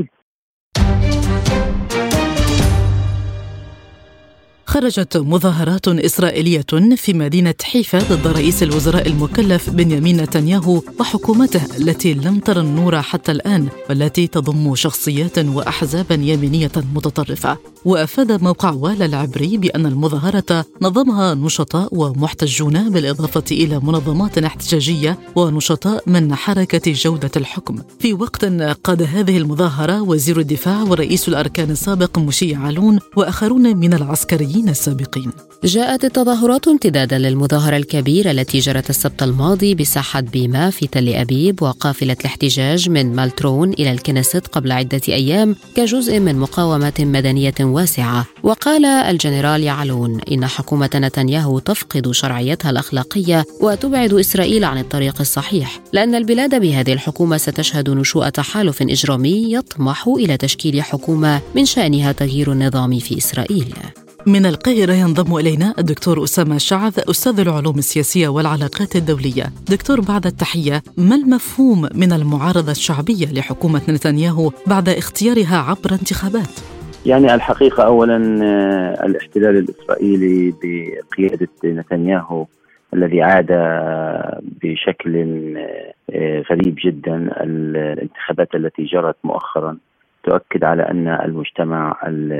خرجت مظاهرات إسرائيلية في مدينة حيفا ضد رئيس الوزراء المكلف بنيامين نتنياهو وحكومته التي لم تر النور حتى الآن، والتي تضم شخصيات وأحزابا يمينية متطرفة. وأفاد موقع والا العبري بأن المظاهرة نظمها نشطاء ومحتجون بالإضافة إلى منظمات احتجاجية ونشطاء من حركة جودة الحكم. في وقت قاد هذه المظاهرة وزير الدفاع ورئيس الأركان السابق مشي علون وآخرون من العسكريين السابقين. جاءت التظاهرات امتدادا للمظاهرة الكبيرة التي جرت السبت الماضي بساحة بيما في تل أبيب، وقافلة الاحتجاج من مالترون إلى الكنيست قبل عدة أيام كجزء من مقاومة مدنية واسعة. وقال الجنرال يعلون إن حكومة نتنياهو تفقد شرعيتها الأخلاقية وتبعد إسرائيل عن الطريق الصحيح، لأن البلاد بهذه الحكومة ستشهد نشوء تحالف إجرامي يطمح إلى تشكيل حكومة من شأنها تغيير النظام في إسرائيل. من القاهرة ينضم إلينا الدكتور أسامة شعث، أستاذ العلوم السياسية والعلاقات الدولية. دكتور، بعد التحية، ما المفهوم من المعارضة الشعبية لحكومة نتنياهو بعد اختيارها عبر انتخابات؟ يعني الحقيقة أولا الاحتلال الإسرائيلي بقيادة نتنياهو الذي عاد بشكل غريب جدا، الانتخابات التي جرت مؤخرا تؤكد على أن المجتمع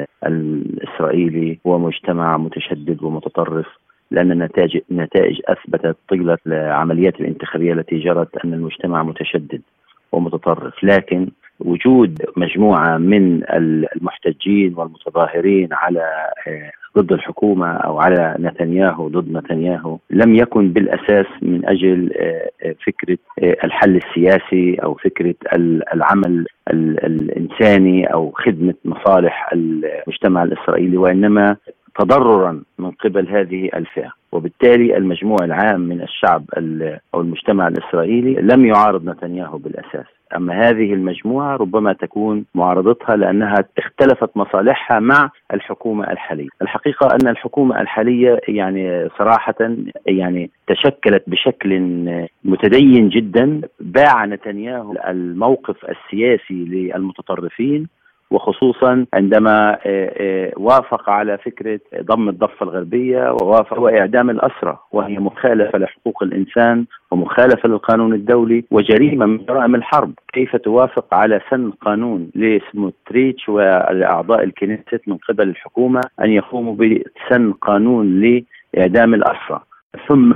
الإسرائيلي هو مجتمع متشدد ومتطرف، لأن النتائج النتائج أثبتت طيلة العمليات الانتخابية التي جرت أن المجتمع متشدد ومتطرف. لكن وجود مجموعة من المحتجين والمتظاهرين على ضد الحكومة أو على نتنياهو ضد نتنياهو لم يكن بالأساس من أجل فكرة الحل السياسي أو فكرة العمل الإنساني أو خدمة مصالح المجتمع الإسرائيلي، وإنما تضررا من قبل هذه الفئة. وبالتالي المجموع العام من الشعب أو المجتمع الإسرائيلي لم يعارض نتنياهو بالأساس. أما هذه المجموعة ربما تكون معارضتها لأنها اختلفت مصالحها مع الحكومة الحالية. الحقيقة أن الحكومة الحالية يعني صراحة يعني تشكلت بشكل متدين جدا، باع نتنياهو الموقف السياسي للمتطرفين، وخصوصا عندما وافق على فكرة ضم الضفة الغربية ووافق وإعدام الأسرى، وهي مخالفة لحقوق الإنسان ومخالفة للقانون الدولي وجريمة من جرائم الحرب. كيف توافق على سن قانون لسموتريتش والأعضاء الكنيست من قبل الحكومة أن يقوموا بسن قانون لإعدام الأسرى، ثم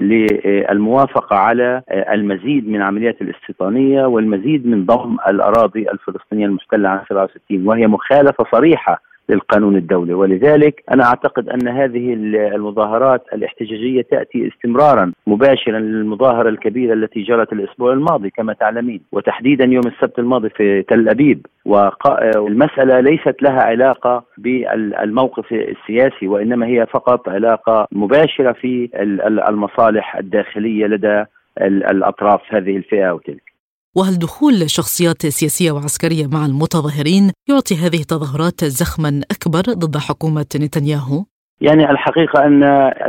للموافقة على المزيد من عمليات الاستيطانية والمزيد من ضم الأراضي الفلسطينية المحتلة عام سبعة وستين، وهي مخالفة صريحة للقانون الدولي. ولذلك أنا أعتقد أن هذه المظاهرات الاحتجاجية تأتي استمرارا مباشرا للمظاهرة الكبيرة التي جرت الأسبوع الماضي كما تعلمين، وتحديدا يوم السبت الماضي في تل أبيب. والمسألة ليست لها علاقة بالموقف السياسي، وإنما هي فقط علاقة مباشرة في المصالح الداخلية لدى الأطراف هذه الفئة وتلك. وهل دخول شخصيات سياسية وعسكرية مع المتظاهرين يعطي هذه التظاهرات زخما أكبر ضد حكومة نتنياهو؟ يعني الحقيقة أن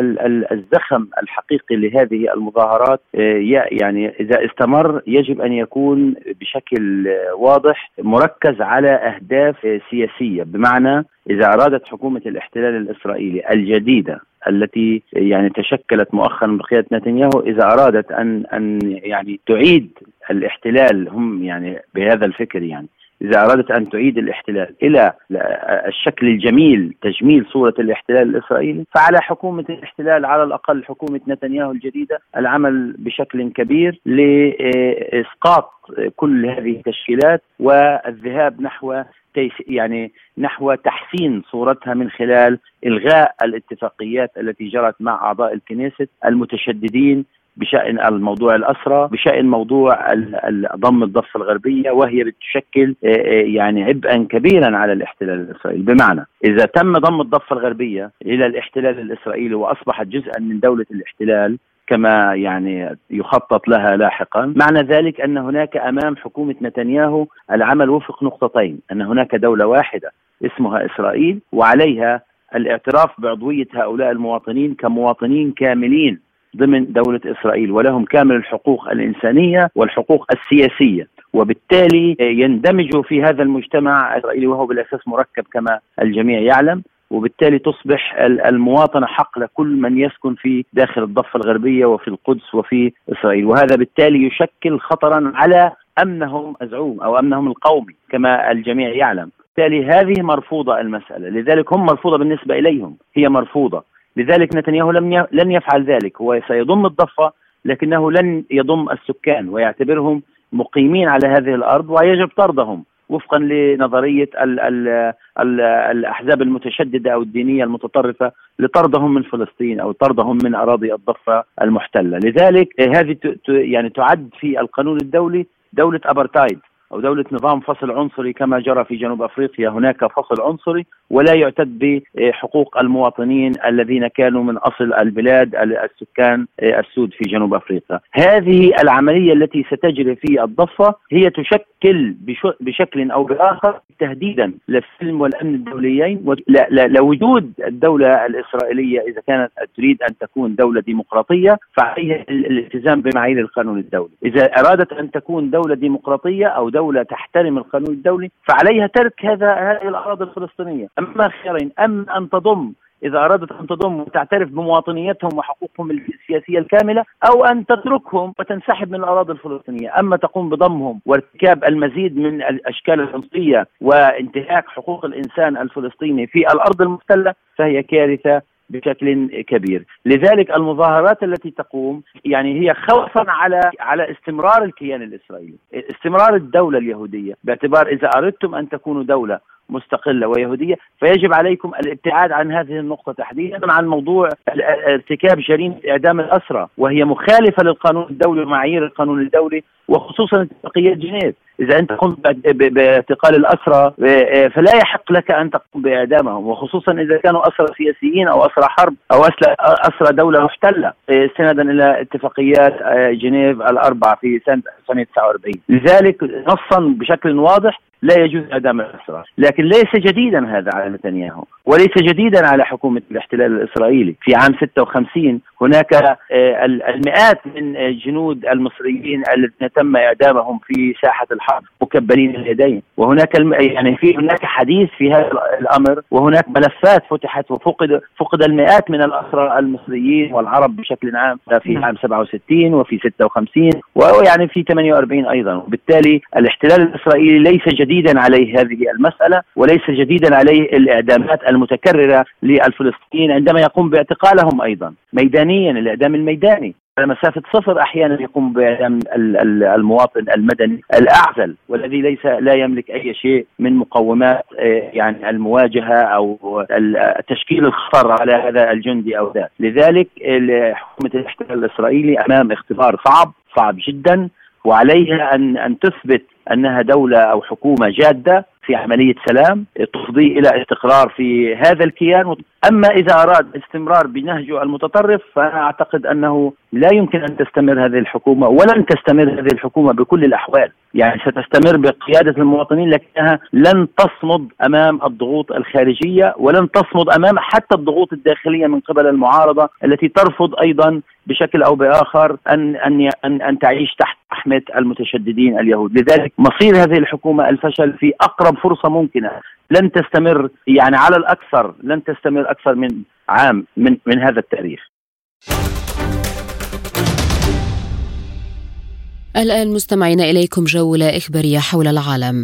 الزخم الحقيقي لهذه المظاهرات يعني إذا استمر يجب أن يكون بشكل واضح مركز على أهداف سياسية، بمعنى إذا أرادت حكومة الاحتلال الإسرائيلي الجديدة التي يعني تشكلت مؤخرا بقيادة نتنياهو، إذا أرادت أن أن يعني تعيد الاحتلال، هم يعني بهذا الفكر يعني إذا أرادت أن تعيد الاحتلال إلى الشكل الجميل، تجميل صورة الاحتلال الإسرائيلي، فعلى حكومة الاحتلال على الأقل حكومة نتنياهو الجديدة العمل بشكل كبير لإسقاط كل هذه التشكيلات والذهاب نحو يعني نحو تحسين صورتها من خلال إلغاء الاتفاقيات التي جرت مع أعضاء الكنيست المتشددين بشأن الموضوع الأسرى، بشأن موضوع ضم الضفة الغربية، وهي بتشكل يعني عبئا كبيرا على الاحتلال الإسرائيلي. بمعنى إذا تم ضم الضفة الغربية إلى الاحتلال الإسرائيلي وأصبحت جزءا من دولة الاحتلال كما يعني يخطط لها لاحقا، معنى ذلك أن هناك أمام حكومة نتنياهو العمل وفق نقطتين: أن هناك دولة واحدة اسمها إسرائيل، وعليها الاعتراف بعضوية هؤلاء المواطنين كمواطنين كاملين ضمن دولة إسرائيل، ولهم كامل الحقوق الإنسانية والحقوق السياسية، وبالتالي يندمجوا في هذا المجتمع الإسرائيلي وهو بالأساس مركب كما الجميع يعلم، وبالتالي تصبح المواطنة حق لكل من يسكن في داخل الضفة الغربية وفي القدس وفي إسرائيل، وهذا بالتالي يشكل خطرا على أمنهم الزعوم أو أمنهم القومي كما الجميع يعلم. بالتالي هذه مرفوضة المسألة، لذلك هم مرفوضة بالنسبة إليهم، هي مرفوضة. لذلك نتنياهو لم لن يفعل ذلك، هو سيضم الضفة لكنه لن يضم السكان ويعتبرهم مقيمين على هذه الأرض ويجب طردهم وفقا لنظرية ال ال ال الأحزاب المتشددة أو الدينية المتطرفة لطردهم من فلسطين أو طردهم من أراضي الضفة المحتلة. لذلك هذه يعني تعد في القانون الدولي دولة أبرتايد أو دولة نظام فصل عنصري كما جرى في جنوب أفريقيا، هناك فصل عنصري ولا يعتد بحقوق المواطنين الذين كانوا من أصل البلاد السكان السود في جنوب أفريقيا. هذه العملية التي ستجري في الضفة هي تشكل بشكل أو بآخر تهديدا للسلم والأمن الدوليين لوجود الدولة الإسرائيلية. إذا كانت تريد أن تكون دولة ديمقراطية فعليها الالتزام بمعايير القانون الدولي، إذا أرادت أن تكون دولة ديمقراطية أو دولة تحترم القانون الدولي فعليها ترك هذا هذه الأراضي الفلسطينية. أما خيارين: أما أن تضم إذا أرادت أن تضم وتعترف بمواطنيتهم وحقوقهم السياسية الكاملة، أو أن تتركهم وتنسحب من الأراضي الفلسطينية. أما تقوم بضمهم وارتكاب المزيد من الأشكال العنصرية وانتهاك حقوق الإنسان الفلسطيني في الأرض المحتلة فهي كارثة بشكل كبير. لذلك المظاهرات التي تقوم يعني هي خوفا على على استمرار الكيان الإسرائيلي، استمرار الدولة اليهودية، باعتبار إذا أردتم أن تكونوا دولة مستقلة ويهودية فيجب عليكم الابتعاد عن هذه النقطة تحديدا، عن موضوع ارتكاب جريمة إعدام الأسرى، وهي مخالفة للقانون الدولي ومعايير القانون الدولي وخصوصا اتفاقية جنيف. إذا أنت قمت باعتقال الأسرى فلا يحق لك أن تقوم بإعدامهم، وخصوصا إذا كانوا أسرى سياسيين أو أسرى حرب أو أسرى دولة محتلة استنادا إلى اتفاقيات جنيف الأربع في سنة ألف وتسعمائة وتسعة وأربعين. لذلك نصا بشكل واضح لا يجوز إعدام الأسرى، لكن ليس جديدا هذا على نتنياهو وليس جديدا على حكومة الاحتلال الإسرائيلي. في عام ستة وخمسين هناك المئات من جنود المصريين الذين تم إعدامهم في ساحة الحرب مكبلين اليدين، وهناك يعني في هناك حديث في هذا الأمر، وهناك ملفات فتحت وفقد فقد المئات من الأسرى المصريين والعرب بشكل عام في عام سبعة وستين وفي ستة وخمسين ويعني في ثمانية وأربعين أيضا. وبالتالي الاحتلال الإسرائيلي ليس جديدا عليه هذه المسألة، وليس جديدا عليه الإعدامات المتكررة للفلسطينيين عندما يقوم باعتقالهم أيضا ميدانيا، الإعدام الميداني على مسافة صفر أحيانا يقوم بإعدام المواطن المدني الأعزل والذي ليس لا يملك أي شيء من مقومات يعني المواجهة أو تشكيل الخطر على هذا الجندي أو ذاك. لذلك حكومة الاحتلال الإسرائيلي أمام اختبار صعب صعب جدا، وعليها أن أن تثبت أنها دولة أو حكومة جادة في عملية سلام تفضي إلى استقرار في هذا الكيان. أما إذا أراد استمرار بنهجه المتطرف فأنا أعتقد أنه لا يمكن أن تستمر هذه الحكومة ولن تستمر هذه الحكومة بكل الأحوال. يعني ستستمر بقيادة المواطنين، لكنها لن تصمد أمام الضغوط الخارجية ولن تصمد أمام حتى الضغوط الداخلية من قبل المعارضة التي ترفض أيضا بشكل أو بآخر أن أن أن, أن تعيش تحت رحمة المتشددين اليهود. لذلك مصير هذه الحكومة الفشل في أقرب فرصة ممكنة، لن تستمر يعني على الأكثر لن تستمر أكثر من عام من من هذا التاريخ. الآن مستمعين إليكم جولة إخبارية حول العالم.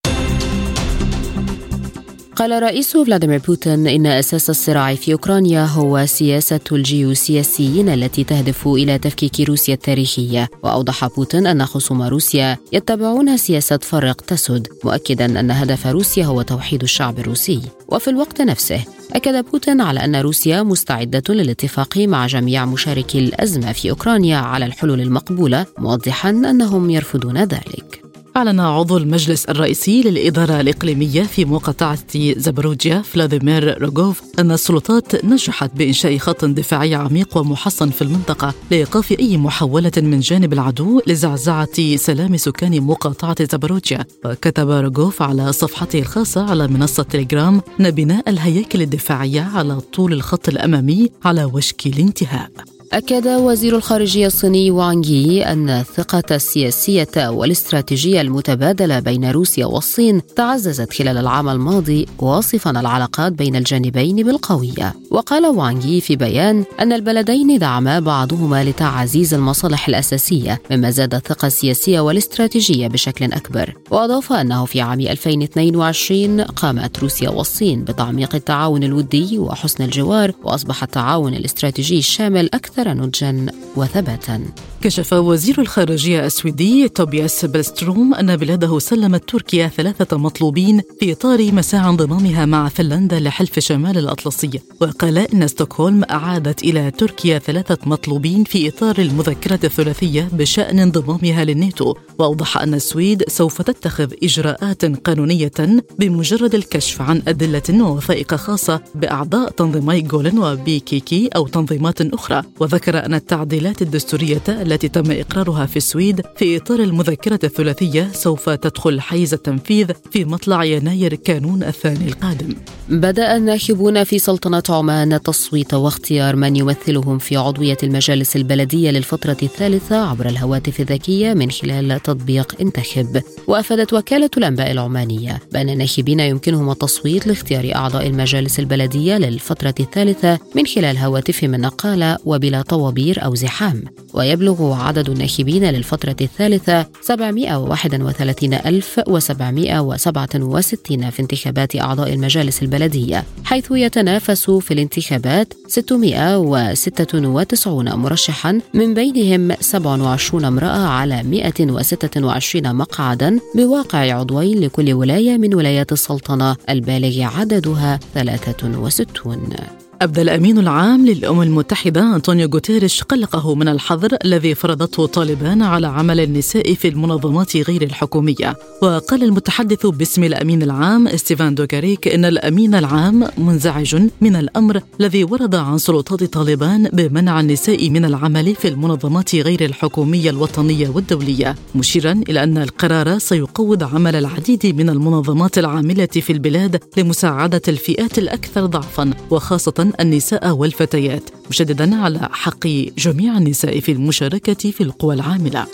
قال رئيس فلاديمير بوتين إن أساس الصراع في أوكرانيا هو سياسة الجيوسياسيين التي تهدف إلى تفكيك روسيا التاريخية. وأوضح بوتين أن خصوم روسيا يتبعون سياسة فرق تسد، مؤكدا أن هدف روسيا هو توحيد الشعب الروسي. وفي الوقت نفسه أكد بوتين على أن روسيا مستعدة للاتفاق مع جميع مشاركي الأزمة في أوكرانيا على الحلول المقبولة، موضحا أنهم يرفضون ذلك. أعلن عضو المجلس الرئيسي للإدارة الإقليمية في مقاطعة زاباروجيا فلاديمير روغوف أن السلطات نجحت بإنشاء خط دفاعي عميق ومحصن في المنطقة لإيقاف أي محاولة من جانب العدو لزعزعة سلام سكان مقاطعة زاباروجيا. وكتب روغوف على صفحته الخاصة على منصة تليجرام أن بناء الهياكل الدفاعية على طول الخط الأمامي على وشك الانتهاء. أكد وزير الخارجية الصيني وانغ يي أن الثقة السياسية والاستراتيجية المتبادلة بين روسيا والصين تعززت خلال العام الماضي، واصفا العلاقات بين الجانبين بالقوية. وقال وانغ يي في بيان أن البلدين دعما بعضهما لتعزيز المصالح الأساسية، مما زاد الثقة السياسية والاستراتيجية بشكل أكبر. وأضاف أنه في عام ألفين واثنين وعشرين قامت روسيا والصين بتعميق التعاون الودي وحسن الجوار، وأصبح التعاون الاستراتيجي الشامل أكثر نضجاً وثباتاً. كشف وزير الخارجية السويدي توبياس بيلستروم أن بلاده سلمت تركيا ثلاثة مطلوبين في إطار مساعي انضمامها مع فنلندا لحلف شمال الأطلسي. وقال إن ستوكهولم أعادت إلى تركيا ثلاثة مطلوبين في إطار المذكرة الثلاثية بشأن انضمامها للناتو. وأوضح أن السويد سوف تتخذ إجراءات قانونية بمجرد الكشف عن أدلة ووثائق خاصة بأعضاء تنظيمي جولن وبيكيكي أو تنظيمات أخرى. وذكر أن التعديلات الدستورية التي تم إقرارها في السويد في إطار المذكرة الثلاثية سوف تدخل حيز التنفيذ في مطلع يناير كانون الثاني القادم. بدأ الناخبون في سلطنة عمان التصويت واختيار من يمثلهم في عضوية المجالس البلدية للفترة الثالثة عبر الهواتف الذكية من خلال تطبيق انتخب. وأفادت وكالة الأنباء العمانية بأن الناخبين يمكنهم التصويت لاختيار أعضاء المجالس البلدية للفترة الثالثة من خلال هواتفهم النقالة وبلا طوابير أو زحام. ويبلغ عدد الناخبين للفترة الثالثة سبعمائة وواحد وثلاثين ألف وسبعمائة وسبعة وستين في انتخابات أعضاء المجالس البلدية، حيث يتنافس في الانتخابات ستمائة وستة وتسعين مرشحا، من بينهم سبعة وعشرين امرأة على مائة وستة وعشرين مقعدا، بواقع عضوين لكل ولاية من ولايات السلطنة البالغ عددها ثلاثة وستين. أبدى الأمين العام للأمم المتحدة أنطونيو غوتيريش قلقه من الحظر الذي فرضته طالبان على عمل النساء في المنظمات غير الحكومية. وقال المتحدث باسم الأمين العام ستيفان دوغاريك إن الأمين العام منزعج من الأمر الذي ورد عن سلطات طالبان بمنع النساء من العمل في المنظمات غير الحكومية الوطنية والدولية، مشيرا إلى أن القرار سيقوض عمل العديد من المنظمات العاملة في البلاد لمساعدة الفئات الأكثر ضعفا وخاصة النساء والفتيات، مشددا على حق جميع النساء في المشاركة في القوى العاملة.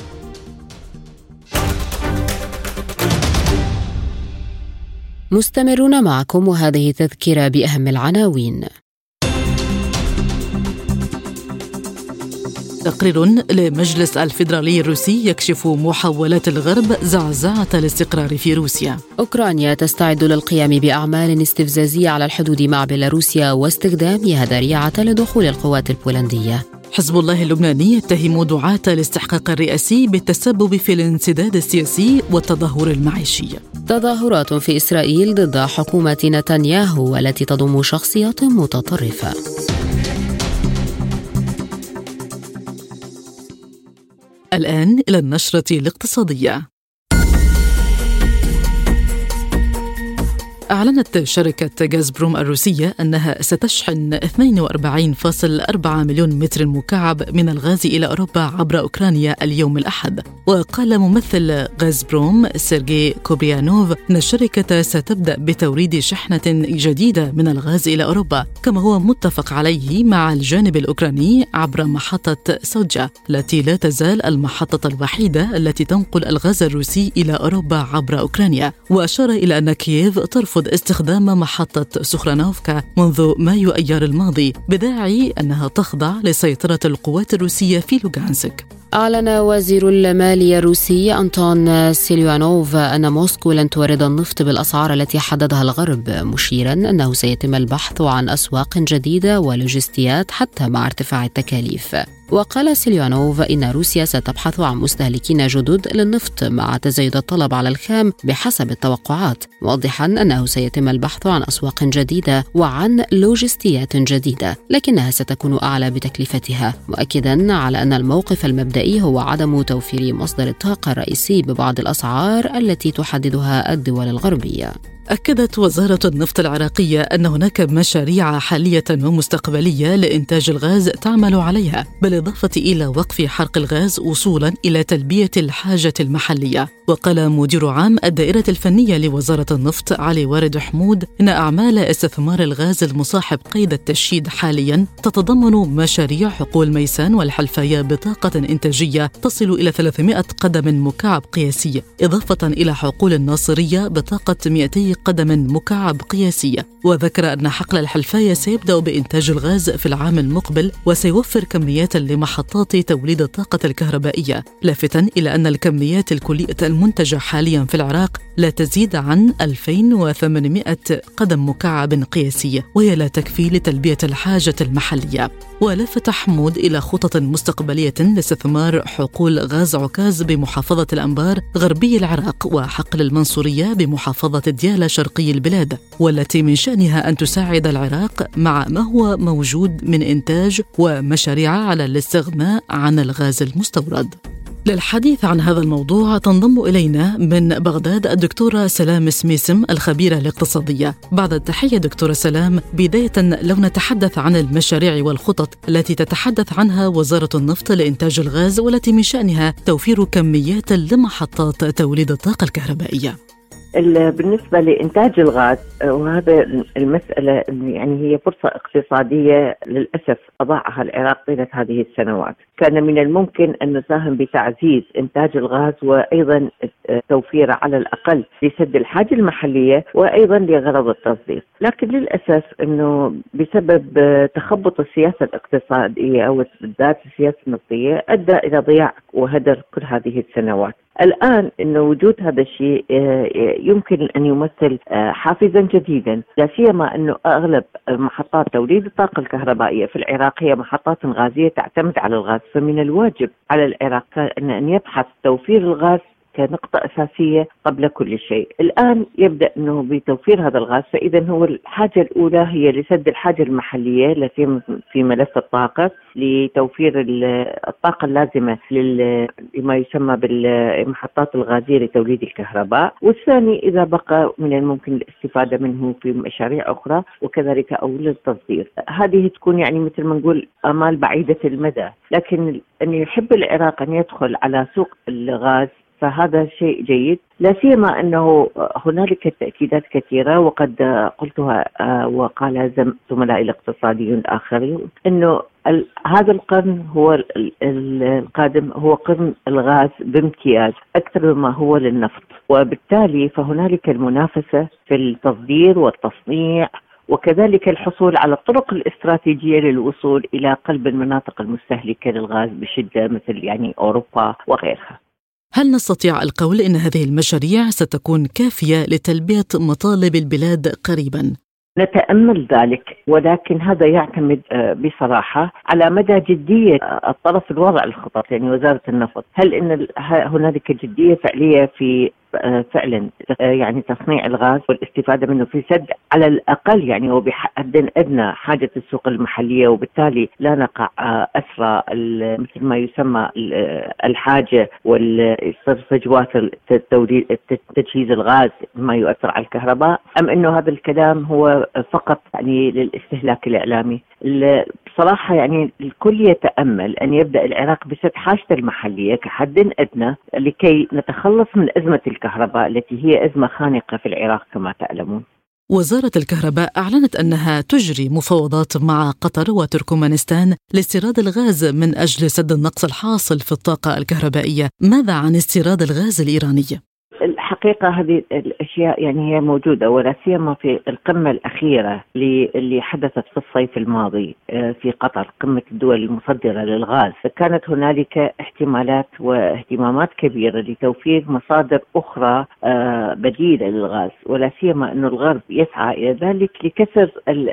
مستمرون معكم وهذه تذكرة بأهم العناوين. تقرير لمجلس الفيدرالي الروسي يكشف محاولات الغرب زعزعة الاستقرار في روسيا. أوكرانيا تستعد للقيام بأعمال استفزازية على الحدود مع بيلاروسيا واستخدامها ذريعة لدخول القوات البولندية. حزب الله اللبناني يتهم دعاة الاستحقاق الرئاسي بالتسبب في الانسداد السياسي والتدهور المعيشي. تظاهرات في إسرائيل ضد حكومة نتنياهو والتي تضم شخصيات متطرفة. الآن إلى النشرة الاقتصادية. أعلنت شركة غازبروم الروسية أنها ستشحن اثنين وأربعين فاصلة أربعة مليون متر مكعب من الغاز إلى أوروبا عبر أوكرانيا اليوم الأحد. وقال ممثل غازبروم سيرجي كوبريانوف أن الشركة ستبدأ بتوريد شحنة جديدة من الغاز إلى أوروبا، كما هو متفق عليه مع الجانب الأوكراني عبر محطة سوجا التي لا تزال المحطة الوحيدة التي تنقل الغاز الروسي إلى أوروبا عبر أوكرانيا. وأشار إلى أن كييف ترفض استخدام محطة سخرانوفكا منذ مايو أيار الماضي بداعي أنها تخضع لسيطرة القوات الروسية في لوغانسك. أعلن وزير المالية الروسي أنطون سيليانوف أن موسكو لن تورد النفط بالأسعار التي حددها الغرب، مشيرا أنه سيتم البحث عن أسواق جديدة ولوجستيات حتى مع ارتفاع التكاليف. وقال سيليانوف إن روسيا ستبحث عن مستهلكين جدد للنفط مع تزايد الطلب على الخام بحسب التوقعات، موضحا أنه سيتم البحث عن أسواق جديدة وعن لوجستيات جديدة لكنها ستكون أعلى بتكلفتها، مؤكدا على أن الموقف المبدئي هو عدم توفير مصدر الطاقة الرئيسي ببعض الأسعار التي تحددها الدول الغربية. أكدت وزارة النفط العراقية أن هناك مشاريع حالية ومستقبلية لإنتاج الغاز تعمل عليها، بالإضافة إلى وقف حرق الغاز وصولا إلى تلبية الحاجة المحلية. وقال مدير عام الدائرة الفنية لوزارة النفط علي وارد حمود إن أعمال استثمار الغاز المصاحب قيد التشييد حاليا تتضمن مشاريع حقول ميسان والحلفاية بطاقة إنتاجية تصل إلى ثلاثمائة قدم مكعب قياسي، إضافة إلى حقول الناصرية بطاقة مئتي قدم مكعب قياسية. وذكر أن حقل الحلفاية سيبدأ بإنتاج الغاز في العام المقبل وسيوفر كميات لمحطات توليد الطاقة الكهربائية، لافتا إلى أن الكميات الكلية المنتجة حاليا في العراق لا تزيد عن ألفين وثمانمائة قدم مكعب قياسي، وهي لا تكفي لتلبية الحاجة المحلية. ولفت حمود إلى خطط مستقبلية لاستثمار حقول غاز عكاز بمحافظة الأنبار غربي العراق وحقل المنصورية بمحافظة ديالى شرقي البلاد، والتي من شأنها أن تساعد العراق مع ما هو موجود من إنتاج ومشاريع على الاستغناء عن الغاز المستورد. للحديث عن هذا الموضوع تنضم إلينا من بغداد الدكتورة سلام سميسم الخبيرة الاقتصادية. بعد التحية دكتورة سلام، بداية لو نتحدث عن المشاريع والخطط التي تتحدث عنها وزارة النفط لإنتاج الغاز والتي من شأنها توفير كميات لمحطات توليد الطاقة الكهربائية. بالنسبة لإنتاج الغاز، وهذا المسألة يعني هي فرصة اقتصادية للأسف أضاعها العراق طيلة هذه السنوات. كان من الممكن أن نساهم بتعزيز إنتاج الغاز وأيضا توفيره على الأقل لسد الحاجة المحلية وأيضا لغرض التصدير، لكن للأسف أنه بسبب تخبط السياسة الاقتصادية أو بالذات السياسة النفطية أدى إلى ضياع وهدر كل هذه السنوات. الآن أنه وجود هذا الشيء يمكن أن يمثل حافزا جديدا، لا سيما أنه أغلب محطات توليد الطاقة الكهربائية في العراق هي محطات غازية تعتمد على الغاز، فمن الواجب على العراق أن يبحث توفير الغاز كنقطة أساسية قبل كل شيء. الآن يبدأ أنه بتوفير هذا الغاز، فإذا هو الحاجة الأولى هي لسد الحاجة المحلية التي في ملف الطاقة لتوفير الطاقة اللازمة لما يسمى بالمحطات الغازية لتوليد الكهرباء، والثاني إذا بقى من الممكن الاستفادة منه في مشاريع أخرى وكذلك أو للتصدير. هذه تكون يعني مثل ما نقول آمال بعيدة المدى، لكن أن يحب العراق أن يدخل على سوق الغاز فهذا شيء جيد، لا سيما أنه هنالك تأكيدات كثيرة وقد قلتها وقال زملائي الاقتصاديون الآخرين أنه هذا القرن هو القادم هو قرن الغاز بامتياز أكثر مما هو للنفط، وبالتالي فهنالك المنافسة في التصدير والتصنيع وكذلك الحصول على الطرق الاستراتيجية للوصول إلى قلب المناطق المستهلكة للغاز بشدة مثل يعني أوروبا وغيرها. هل نستطيع القول إن هذه المشاريع ستكون كافية لتلبية مطالب البلاد قريباً؟ نتأمل ذلك، ولكن هذا يعتمد بصراحة على مدى جدية الطرف الوضع الخطط، يعني وزارة النفط. هل إن هنالك جدية فعلية في فعلا يعني تصنيع الغاز والاستفادة منه في سد على الأقل يعني وبحد أدنى حاجة السوق المحلية، وبالتالي لا نقع أسرى مثل ما يسمى الحاجة والفجوات تجهيز الغاز ما يؤثر على الكهرباء، أم أنه هذا الكلام هو فقط يعني للاستهلاك الإعلامي؟ بصراحة يعني الكل يتأمل أن يبدأ العراق بسد حاجته المحلية كحد أدنى لكي نتخلص من أزمة الكهرباء التي هي أزمة خانقة في العراق كما تعلمون. وزارة الكهرباء أعلنت أنها تجري مفاوضات مع قطر وتركمانستان لاستيراد الغاز من أجل سد النقص الحاصل في الطاقة الكهربائية. ماذا عن استيراد الغاز الإيراني؟ الحقيقة هذه الأشياء يعني هي موجودة، ولا سيما في القمة الأخيرة اللي حدثت في الصيف الماضي في قطر، قمة الدول المصدرة للغاز. كانت هنالك احتمالات واهتمامات كبيرة لتوفير مصادر أخرى بديلة للغاز، ولا سيما أن الغرب يسعى إلى ذلك لكسر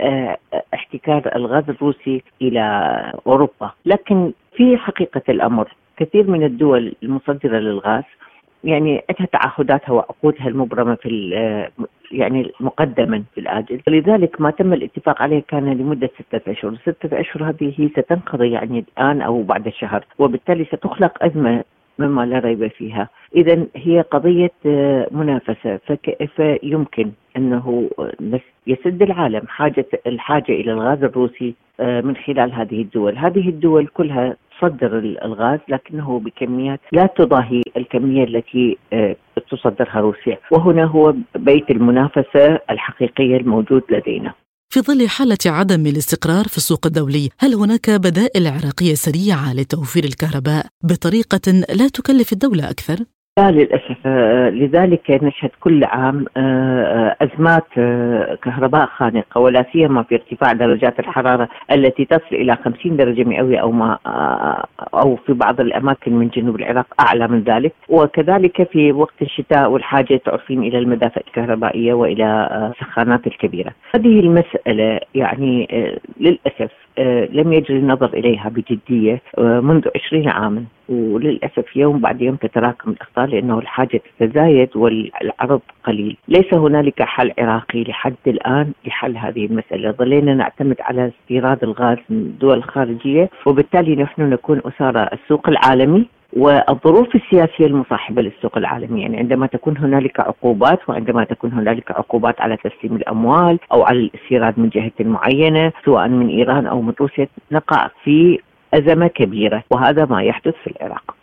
احتكار الغاز الروسي إلى أوروبا. لكن في حقيقة الأمر كثير من الدول المصدرة للغاز يعني عندها تعهداتها وعقودها المبرمة في يعني مقدما في الآجل، ولذلك ما تم الاتفاق عليه كان لمدة ستة أشهر. ستة أشهر هذه هي ستنقضي يعني الآن أو بعد شهر، وبالتالي ستخلق أزمة مما لا ريب فيها. إذن هي قضية منافسة، فكيف يمكن أنه يسد العالم حاجة الحاجة إلى الغاز الروسي من خلال هذه الدول؟ هذه الدول كلها تصدر الغاز لكنه بكميات لا تضاهي الكمية التي تصدرها روسيا، وهنا هو بيت المنافسة الحقيقية الموجود لدينا. في ظل حالة عدم الاستقرار في السوق الدولي، هل هناك بدائل عراقية سريعة لتوفير الكهرباء بطريقة لا تكلف الدولة أكثر؟ لا للأسف، لذلك نشهد كل عام أزمات كهرباء خانقة، ولا سيما في ارتفاع درجات الحرارة التي تصل إلى خمسين درجة مئوية أو ما أو في بعض الأماكن من جنوب العراق أعلى من ذلك، وكذلك في وقت الشتاء والحاجة تعرفين إلى المدافع الكهربائية وإلى السخانات الكبيرة. هذه المسألة يعني للأسف لم يجري النظر إليها بجدية منذ عشرين عاما، وللأسف يوم بعد يوم تتراكم الأخطار لأنه الحاجة تتزايد والعرض قليل. ليس هنالك حل عراقي لحد الآن لحل هذه المسألة. ظلينا نعتمد على استيراد الغاز من الدول الخارجية، وبالتالي نحن نكون أسارى السوق العالمي والظروف السياسية المصاحبة للسوق العالمي. يعني عندما تكون هنالك عقوبات وعندما تكون هنالك عقوبات على تسليم الأموال أو على الاستيراد من جهة معينة سواء من إيران أو من روسيا، نقع في أزمة كبيرة، وهذا ما يحدث في العراق.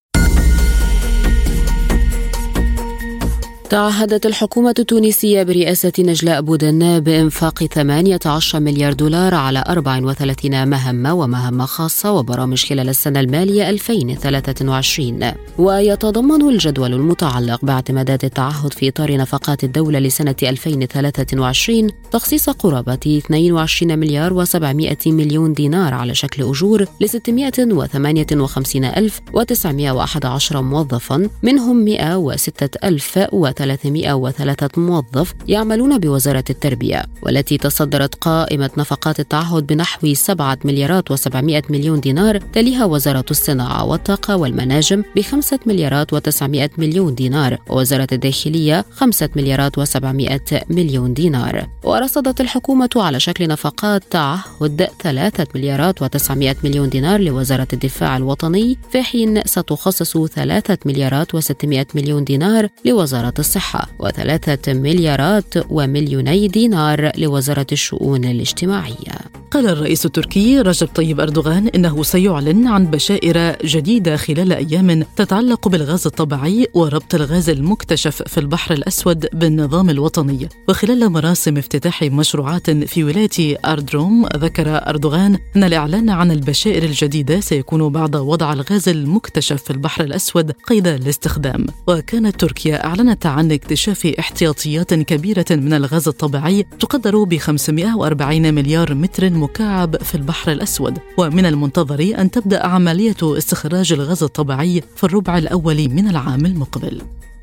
تعهدت الحكومة التونسية برئاسة نجلاء بودن بإنفاق ثمانية عشر مليار دولار على أربع وثلاثين مهمة ومهمة خاصة وبرامج خلال السنة المالية ألفين وثلاثة وعشرين، ويتضمن الجدول المتعلق باعتمادات التعهد في إطار نفقات الدولة لسنة ألفين وثلاثة وعشرين تخصيص قرابة اثنين وعشرين مليار وسبعمائة مليون دينار على شكل أجور ل ستمائة وثمانية وخمسين ألف وتسعمائة وأحد عشر موظفا، منهم مائة وستة ألف وثلاثمائة وثلاثة موظف يعملون بوزارة التربية، والتي تصدرت قائمة نفقات التعهد بنحو سبعة مليارات وسبعمائة مليون دينار. تليها وزارة الصناعة والطاقة والمناجم بخمسة مليارات وتسعمائة مليون دينار، ووزارة الداخلية خمسة مليارات وسبعمائة مليون دينار. ورصدت الحكومة على شكل نفقات تعهد ثلاثة مليارات وتسعمائة مليون دينار لوزارة الدفاع الوطني، في حين ستخصص ثلاثة مليارات وستمائة مليون دينار لوزارة الصحة وثلاثة مليارات ومليوني دينار لوزارة الشؤون الاجتماعية. قال الرئيس التركي رجب طيب أردوغان إنه سيعلن عن بشائر جديدة خلال أيام تتعلق بالغاز الطبيعي وربط الغاز المكتشف في البحر الأسود بالنظام الوطني. وخلال مراسم افتتاح مشروعات في ولاية أردروم، ذكر أردوغان أن الإعلان عن البشائر الجديدة سيكون بعد وضع الغاز المكتشف في البحر الأسود قيد الاستخدام. وكانت تركيا أعلنت عن اكتشاف احتياطيات كبيرة من الغاز الطبيعي تقدر ب خمسمائة وأربعين مليار متر مكعب في البحر الأسود، ومن المنتظر أن تبدأ عملية استخراج الغاز الطبيعي في الربع الأول من العام المقبل.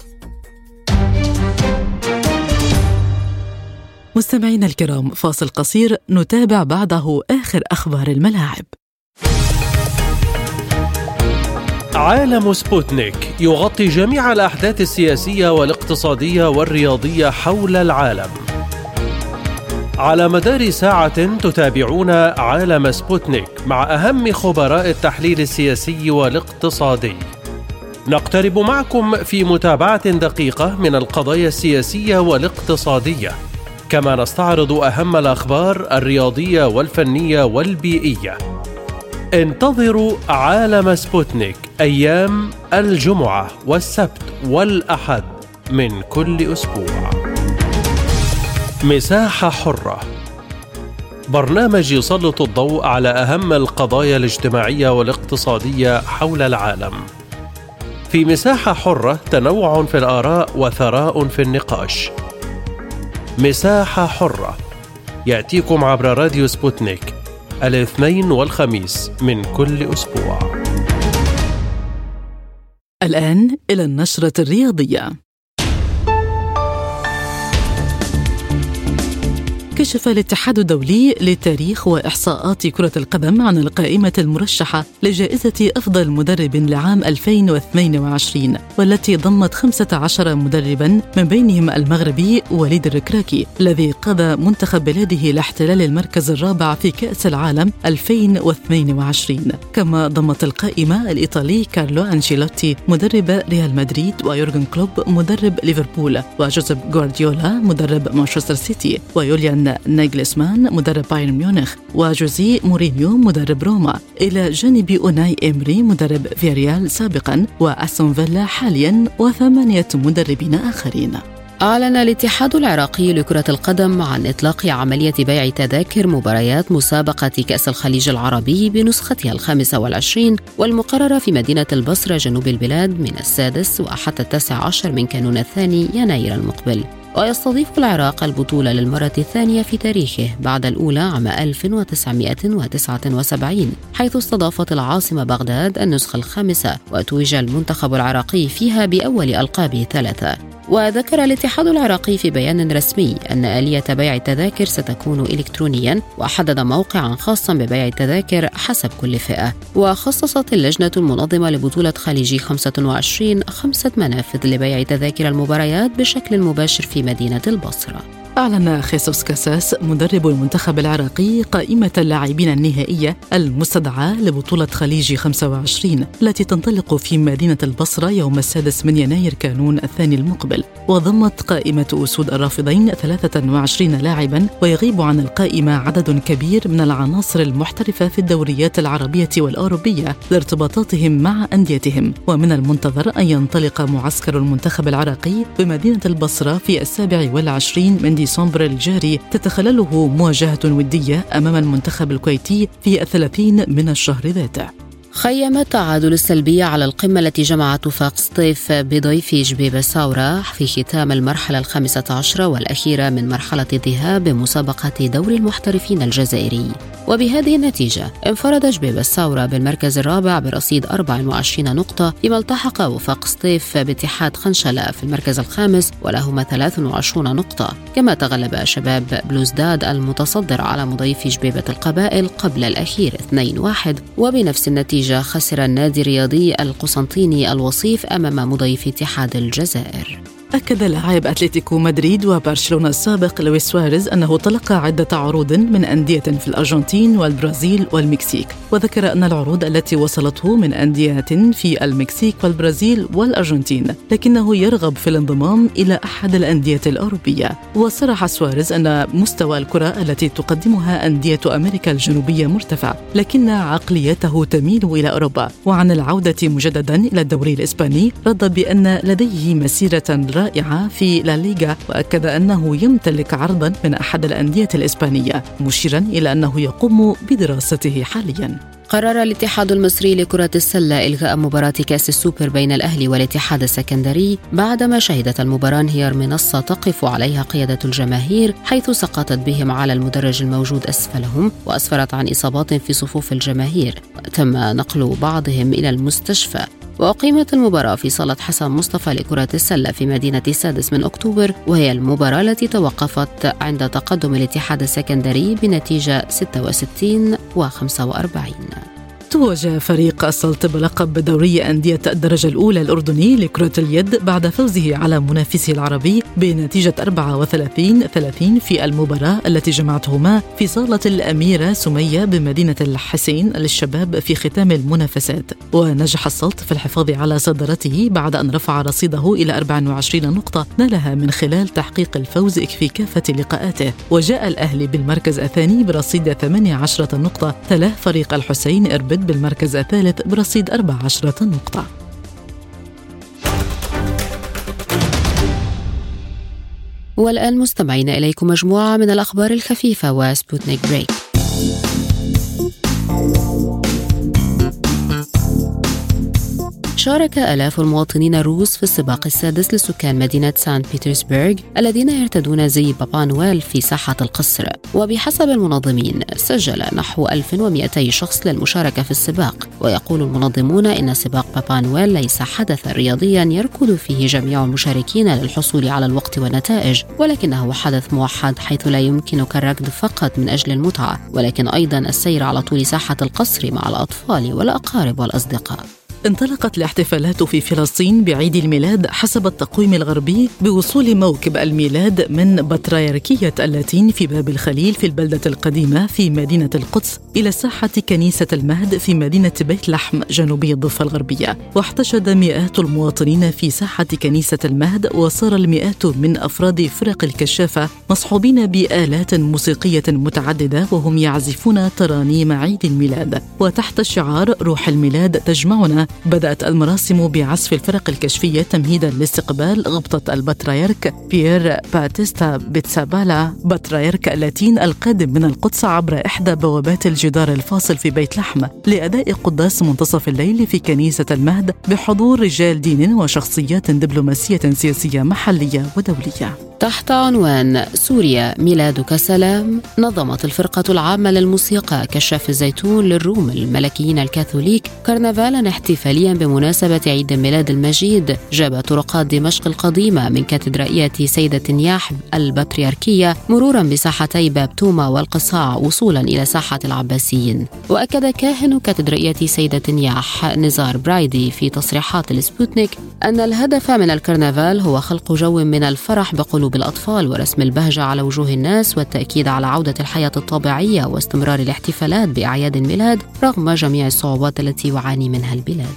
مستمعينا الكرام، فاصل قصير نتابع بعده آخر أخبار الملاعب. عالم سبوتنيك يغطي جميع الأحداث السياسية والاقتصادية والرياضية حول العالم. على مدار ساعة تتابعون عالم سبوتنيك مع أهم خبراء التحليل السياسي والاقتصادي. نقترب معكم في متابعة دقيقة من القضايا السياسية والاقتصادية، كما نستعرض أهم الأخبار الرياضية والفنية والبيئية. انتظروا عالم سبوتنيك أيام الجمعة والسبت والأحد من كل أسبوع. مساحة حرة، برنامج يسلط الضوء على أهم القضايا الاجتماعية والاقتصادية حول العالم. في مساحة حرة تنوع في الآراء وثراء في النقاش. مساحة حرة يأتيكم عبر راديو سبوتنيك الاثنين والخميس من كل أسبوع. الآن إلى النشرة الرياضية. كشف الاتحاد الدولي للتاريخ وإحصاءات كرة القدم عن القائمة المرشحة لجائزة أفضل مدرب لعام ألفين واثنين وعشرين، والتي ضمت خمسة عشر مدرباً من بينهم المغربي وليد الركراكي الذي قاد منتخب بلاده لاحتلال المركز الرابع في كأس العالم ألفين واثنين وعشرين. كما ضمت القائمة الإيطالي كارلو أنشيلوتي مدرب ريال مدريد، ويورغن كلوب مدرب ليفربول، وجوزيب غوارديولا مدرب مانشستر سيتي، ويوليان ناغلسمان مدرب بايرن ميونخ، وجوزيه مورينيو مدرب روما، إلى جانب أوناي إمري مدرب فياريال سابقا وأستون فيلا حاليا، وثمانية مدربين آخرين. أعلن الاتحاد العراقي لكرة القدم عن إطلاق عملية بيع تذاكر مباريات مسابقة كأس الخليج العربي بنسختها الخامسة والعشرين، والمقررة في مدينة البصرة جنوب البلاد من السادس وحتى التاسع عشر من كانون الثاني يناير المقبل. ويستضيف العراق البطولة للمرة الثانية في تاريخه بعد الأولى عام ألف وتسعمائة وتسعة وسبعين، حيث استضافت العاصمة بغداد النسخة الخامسة، وتوج المنتخب العراقي فيها بأول ألقابه ثلاثة. وذكر الاتحاد العراقي في بيان رسمي أن آلية بيع التذاكر ستكون إلكترونيا، وحدد موقعا خاصا ببيع التذاكر حسب كل فئة. وخصصت اللجنة المنظمة لبطولة خليجي خمسة وعشرين خمسة منافذ لبيع تذاكر المباريات بشكل مباشر في مدينة البصرة. أعلن خيسوس كاساس مدرب المنتخب العراقي قائمة اللاعبين النهائية المستدعاة لبطولة خليجي خمسة وعشرين التي تنطلق في مدينة البصرة يوم السادس من يناير كانون الثاني المقبل، وضمت قائمة أسود الرافضين ثلاثة وعشرين لاعبا، ويغيب عن القائمة عدد كبير من العناصر المحترفة في الدوريات العربية والأوروبية لارتباطاتهم مع أنديتهم. ومن المنتظر أن ينطلق معسكر المنتخب العراقي بمدينة البصرة في السابع والعشرين من ديسمبر الجاري، تتخلله مواجهة ودية أمام المنتخب الكويتي في الثلاثين من الشهر ذاته. خيم التعادل السلبي على القمة التي جمعت وفاق سطيف بضيف جبيبة ساورة في ختام المرحلة الخامسة عشرة والأخيرة من مرحلة الذهاب بمسابقة دوري المحترفين الجزائري. وبهذه النتيجة انفرد جبيبة ساورة بالمركز الرابع برصيد أربع وعشرين نقطة، فيما التحق وفاق سطيف باتحاد خنشلة في المركز الخامس ولهما ثلاث وعشرين نقطة. كما تغلب شباب بلوزداد المتصدر على مضيف جبيبة القبائل قبل الأخير اثنين واحد، وبنفس النتيجة خسر النادي الرياضي القسنطيني الوصيف أمام مضيف اتحاد الجزائر. أكد لاعب أتلتيكو مدريد وبرشلونة السابق لويس سواريز أنه تلقى عدة عروض من أندية في الأرجنتين والبرازيل والمكسيك، وذكر أن العروض التي وصلته من أندية في المكسيك والبرازيل والأرجنتين، لكنه يرغب في الانضمام إلى أحد الأندية الأوروبية. وصرح سواريز أن مستوى الكرة التي تقدمها أندية أمريكا الجنوبية مرتفع، لكن عقليته تميل إلى أوروبا. وعن العودة مجددا إلى الدوري الإسباني رد بأن لديه مسيرة رائعة في لا ليغا، وأكد أنه يمتلك عرضا من أحد الأندية الإسبانية، مشيرا إلى أنه يقوم بدراسته حاليا. قرر الاتحاد المصري لكرة السلة إلغاء مباراة كأس السوبر بين الأهلي والاتحاد السكندري بعدما شهدت المباراة انهيار منصة تقف عليها قيادة الجماهير، حيث سقطت بهم على المدرج الموجود أسفلهم وأسفرت عن إصابات في صفوف الجماهير، وتم نقل بعضهم إلى المستشفى. وأقيمت المباراة في صالة حسن مصطفى لكرة السلة في مدينة السادس من أكتوبر، وهي المباراة التي توقفت عند تقدم الاتحاد السكندري بنتيجة ستة وستين وخمسة وأربعين. توج فريق السلط بلقب دوري أندية الدرجة الأولى الأردني لكرة اليد بعد فوزه على منافسه العربي بنتيجة أربعة وثلاثين ثلاثين في المباراة التي جمعتهما في صالة الأميرة سمية بمدينة الحسين للشباب في ختام المنافسات. ونجح السلط في الحفاظ على صدارته بعد أن رفع رصيده إلى أربع وعشرين نقطة نالها من خلال تحقيق الفوز في كافة لقاءاته. وجاء الأهلي بالمركز الثاني برصيد ثمانية عشرة نقطة، تلاه فريق الحسين إربد بالمركز الثالث برصيد أربع عشرة نقطة. والآن مستمعين إليكم مجموعة من الأخبار الخفيفة وسبوتنيك بريك. شارك آلاف المواطنين الروس في السباق السادس لسكان مدينة سان بيترسبرغ الذين يرتدون زي بابا نويل في ساحة القصر. وبحسب المنظمين سجل نحو ألف ومئتي شخص للمشاركة في السباق. ويقول المنظمون إن سباق بابا نويل ليس حدثا رياضيا يركض فيه جميع المشاركين للحصول على الوقت والنتائج، ولكنه حدث موحد حيث لا يمكنك الركض فقط من أجل المتعة، ولكن أيضا السير على طول ساحة القصر مع الأطفال والأقارب والأصدقاء. انطلقت الاحتفالات في فلسطين بعيد الميلاد حسب التقويم الغربي بوصول موكب الميلاد من بطريركية اللاتين في باب الخليل في البلدة القديمة في مدينة القدس إلى ساحة كنيسة المهد في مدينة بيت لحم جنوبي الضفة الغربية. واحتشد مئات المواطنين في ساحة كنيسة المهد، وصار المئات من أفراد فرق الكشافة مصحوبين بآلات موسيقية متعددة وهم يعزفون ترانيم عيد الميلاد. وتحت شعار روح الميلاد تجمعنا بدأت المراسم بعزف الفرق الكشفية تمهيدا لاستقبال غبطة البطريرك بيير باتيستا بيتسابالا بطريرك اللاتين القادم من القدس عبر إحدى بوابات الجدار الفاصل في بيت لحم لأداء قداس منتصف الليل في كنيسة المهد بحضور رجال دين وشخصيات دبلوماسية سياسية محلية ودولية. تحت عنوان سوريا ميلادك سلام، نظمت الفرقة العامة للموسيقى كشاف الزيتون للروم الملكيين الكاثوليك كرنفالا احتفاليا بمناسبة عيد الميلاد المجيد جاب طرقات دمشق القديمة من كاتدرائية سيدة نياح البطريركية مرورا بساحتي باب توما والقصاع وصولا إلى ساحة العباسيين. وأكد كاهن كاتدرائية سيدة نياح نزار برايدي في تصريحات السبوتنيك أن الهدف من الكرنفال هو خلق جو من الفرح بقلوب بالأطفال ورسم البهجة على وجوه الناس والتأكيد على عودة الحياة الطبيعية واستمرار الاحتفالات بأعياد الميلاد رغم جميع الصعوبات التي يعاني منها البلاد.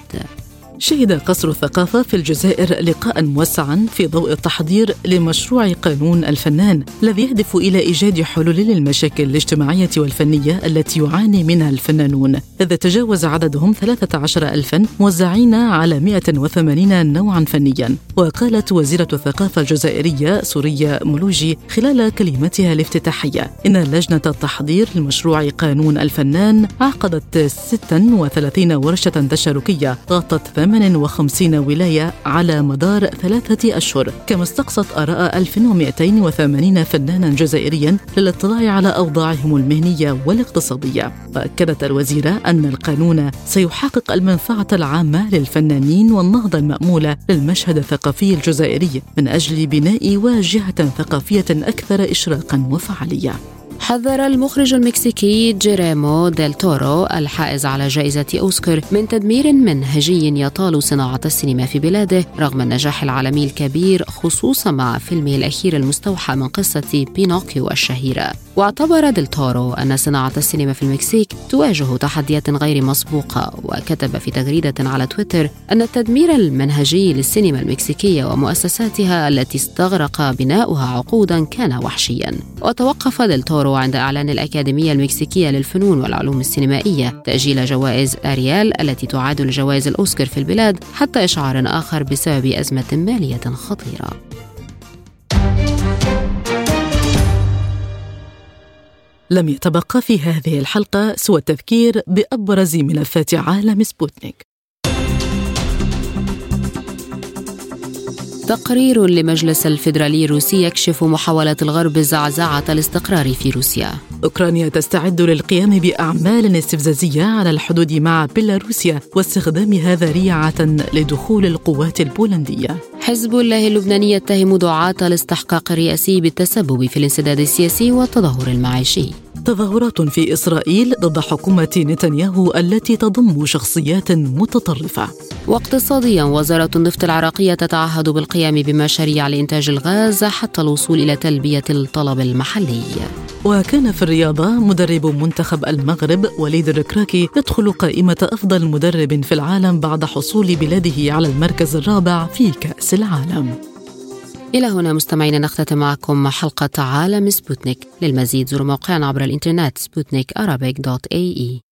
شهد قصر الثقافة في الجزائر لقاء موسعا في ضوء التحضير لمشروع قانون الفنان الذي يهدف إلى إيجاد حلول للمشاكل الاجتماعية والفنية التي يعاني منها الفنانون، إذ تجاوز عددهم ثلاثة عشر ألفا موزعين على مئة وثمانين نوعا فنيا. وقالت وزيرة الثقافة الجزائرية سوريا مولوجي خلال كلمتها الافتتاحية إن لجنة التحضير لمشروع قانون الفنان عقدت ستة وثلاثين ورشة تشاركية غطت ثمانية وخمسين ولاية على مدار ثلاثة أشهر، كما استقصت آراء ألف ومئتين وثمانين فنانا جزائريا للاطلاع على أوضاعهم المهنية والاقتصادية. وأكدت الوزيرة أن القانون سيحقق المنفعة العامة للفنانين والنهضة المأمولة للمشهد الثقافي الجزائري من أجل بناء واجهة ثقافية أكثر إشراقا وفعالية. حذر المخرج المكسيكي جيريمو ديل تورو الحائز على جائزة أوسكار من تدمير منهجي يطال صناعة السينما في بلاده رغم النجاح العالمي الكبير، خصوصا مع فيلمه الأخير المستوحى من قصة بينوكيو الشهيرة. واعتبر ديل تورو أن صناعة السينما في المكسيك تواجه تحديات غير مسبوقة، وكتب في تغريدة على تويتر أن التدمير المنهجي للسينما المكسيكية ومؤسساتها التي استغرق بناؤها عقودا كان وحشيا. وتوقف ديل تورو عند إعلان الأكاديمية المكسيكية للفنون والعلوم السينمائية تأجيل جوائز أريال التي تعادل جوائز الأوسكار في البلاد حتى إشعار آخر بسبب أزمة مالية خطيرة. لم يتبقى في هذه الحلقة سوى التذكير بأبرز ملفات عالم سبوتنيك. تقرير لمجلس الفيدرالي الروسي يكشف محاولة الغرب زعزعة الاستقرار في روسيا. أوكرانيا تستعد للقيام بأعمال استفزازية على الحدود مع بيلاروسيا واستخدامها ذريعة لدخول القوات البولندية. حزب الله اللبناني يتهم دعاة الاستحقاق الرئاسي بالتسبب في الانسداد السياسي والتدهور المعيشي. تظاهرات في إسرائيل ضد حكومة نتنياهو التي تضم شخصيات متطرفة. واقتصاديا، وزارة النفط العراقية تتعهد بالقيام بمشاريع لإنتاج الغاز حتى الوصول إلى تلبية الطلب المحلي. وكان في الرياضة مدرب منتخب المغرب وليد الركراكي يدخل قائمة أفضل مدرب في العالم بعد حصول بلاده على المركز الرابع في كأس العالم. إلى هنا مستمعينا نختتم معكم حلقة عالم سبوتنيك. للمزيد زوروا موقعنا عبر الإنترنت سبوتنيك أرابيك دوت إيه إي.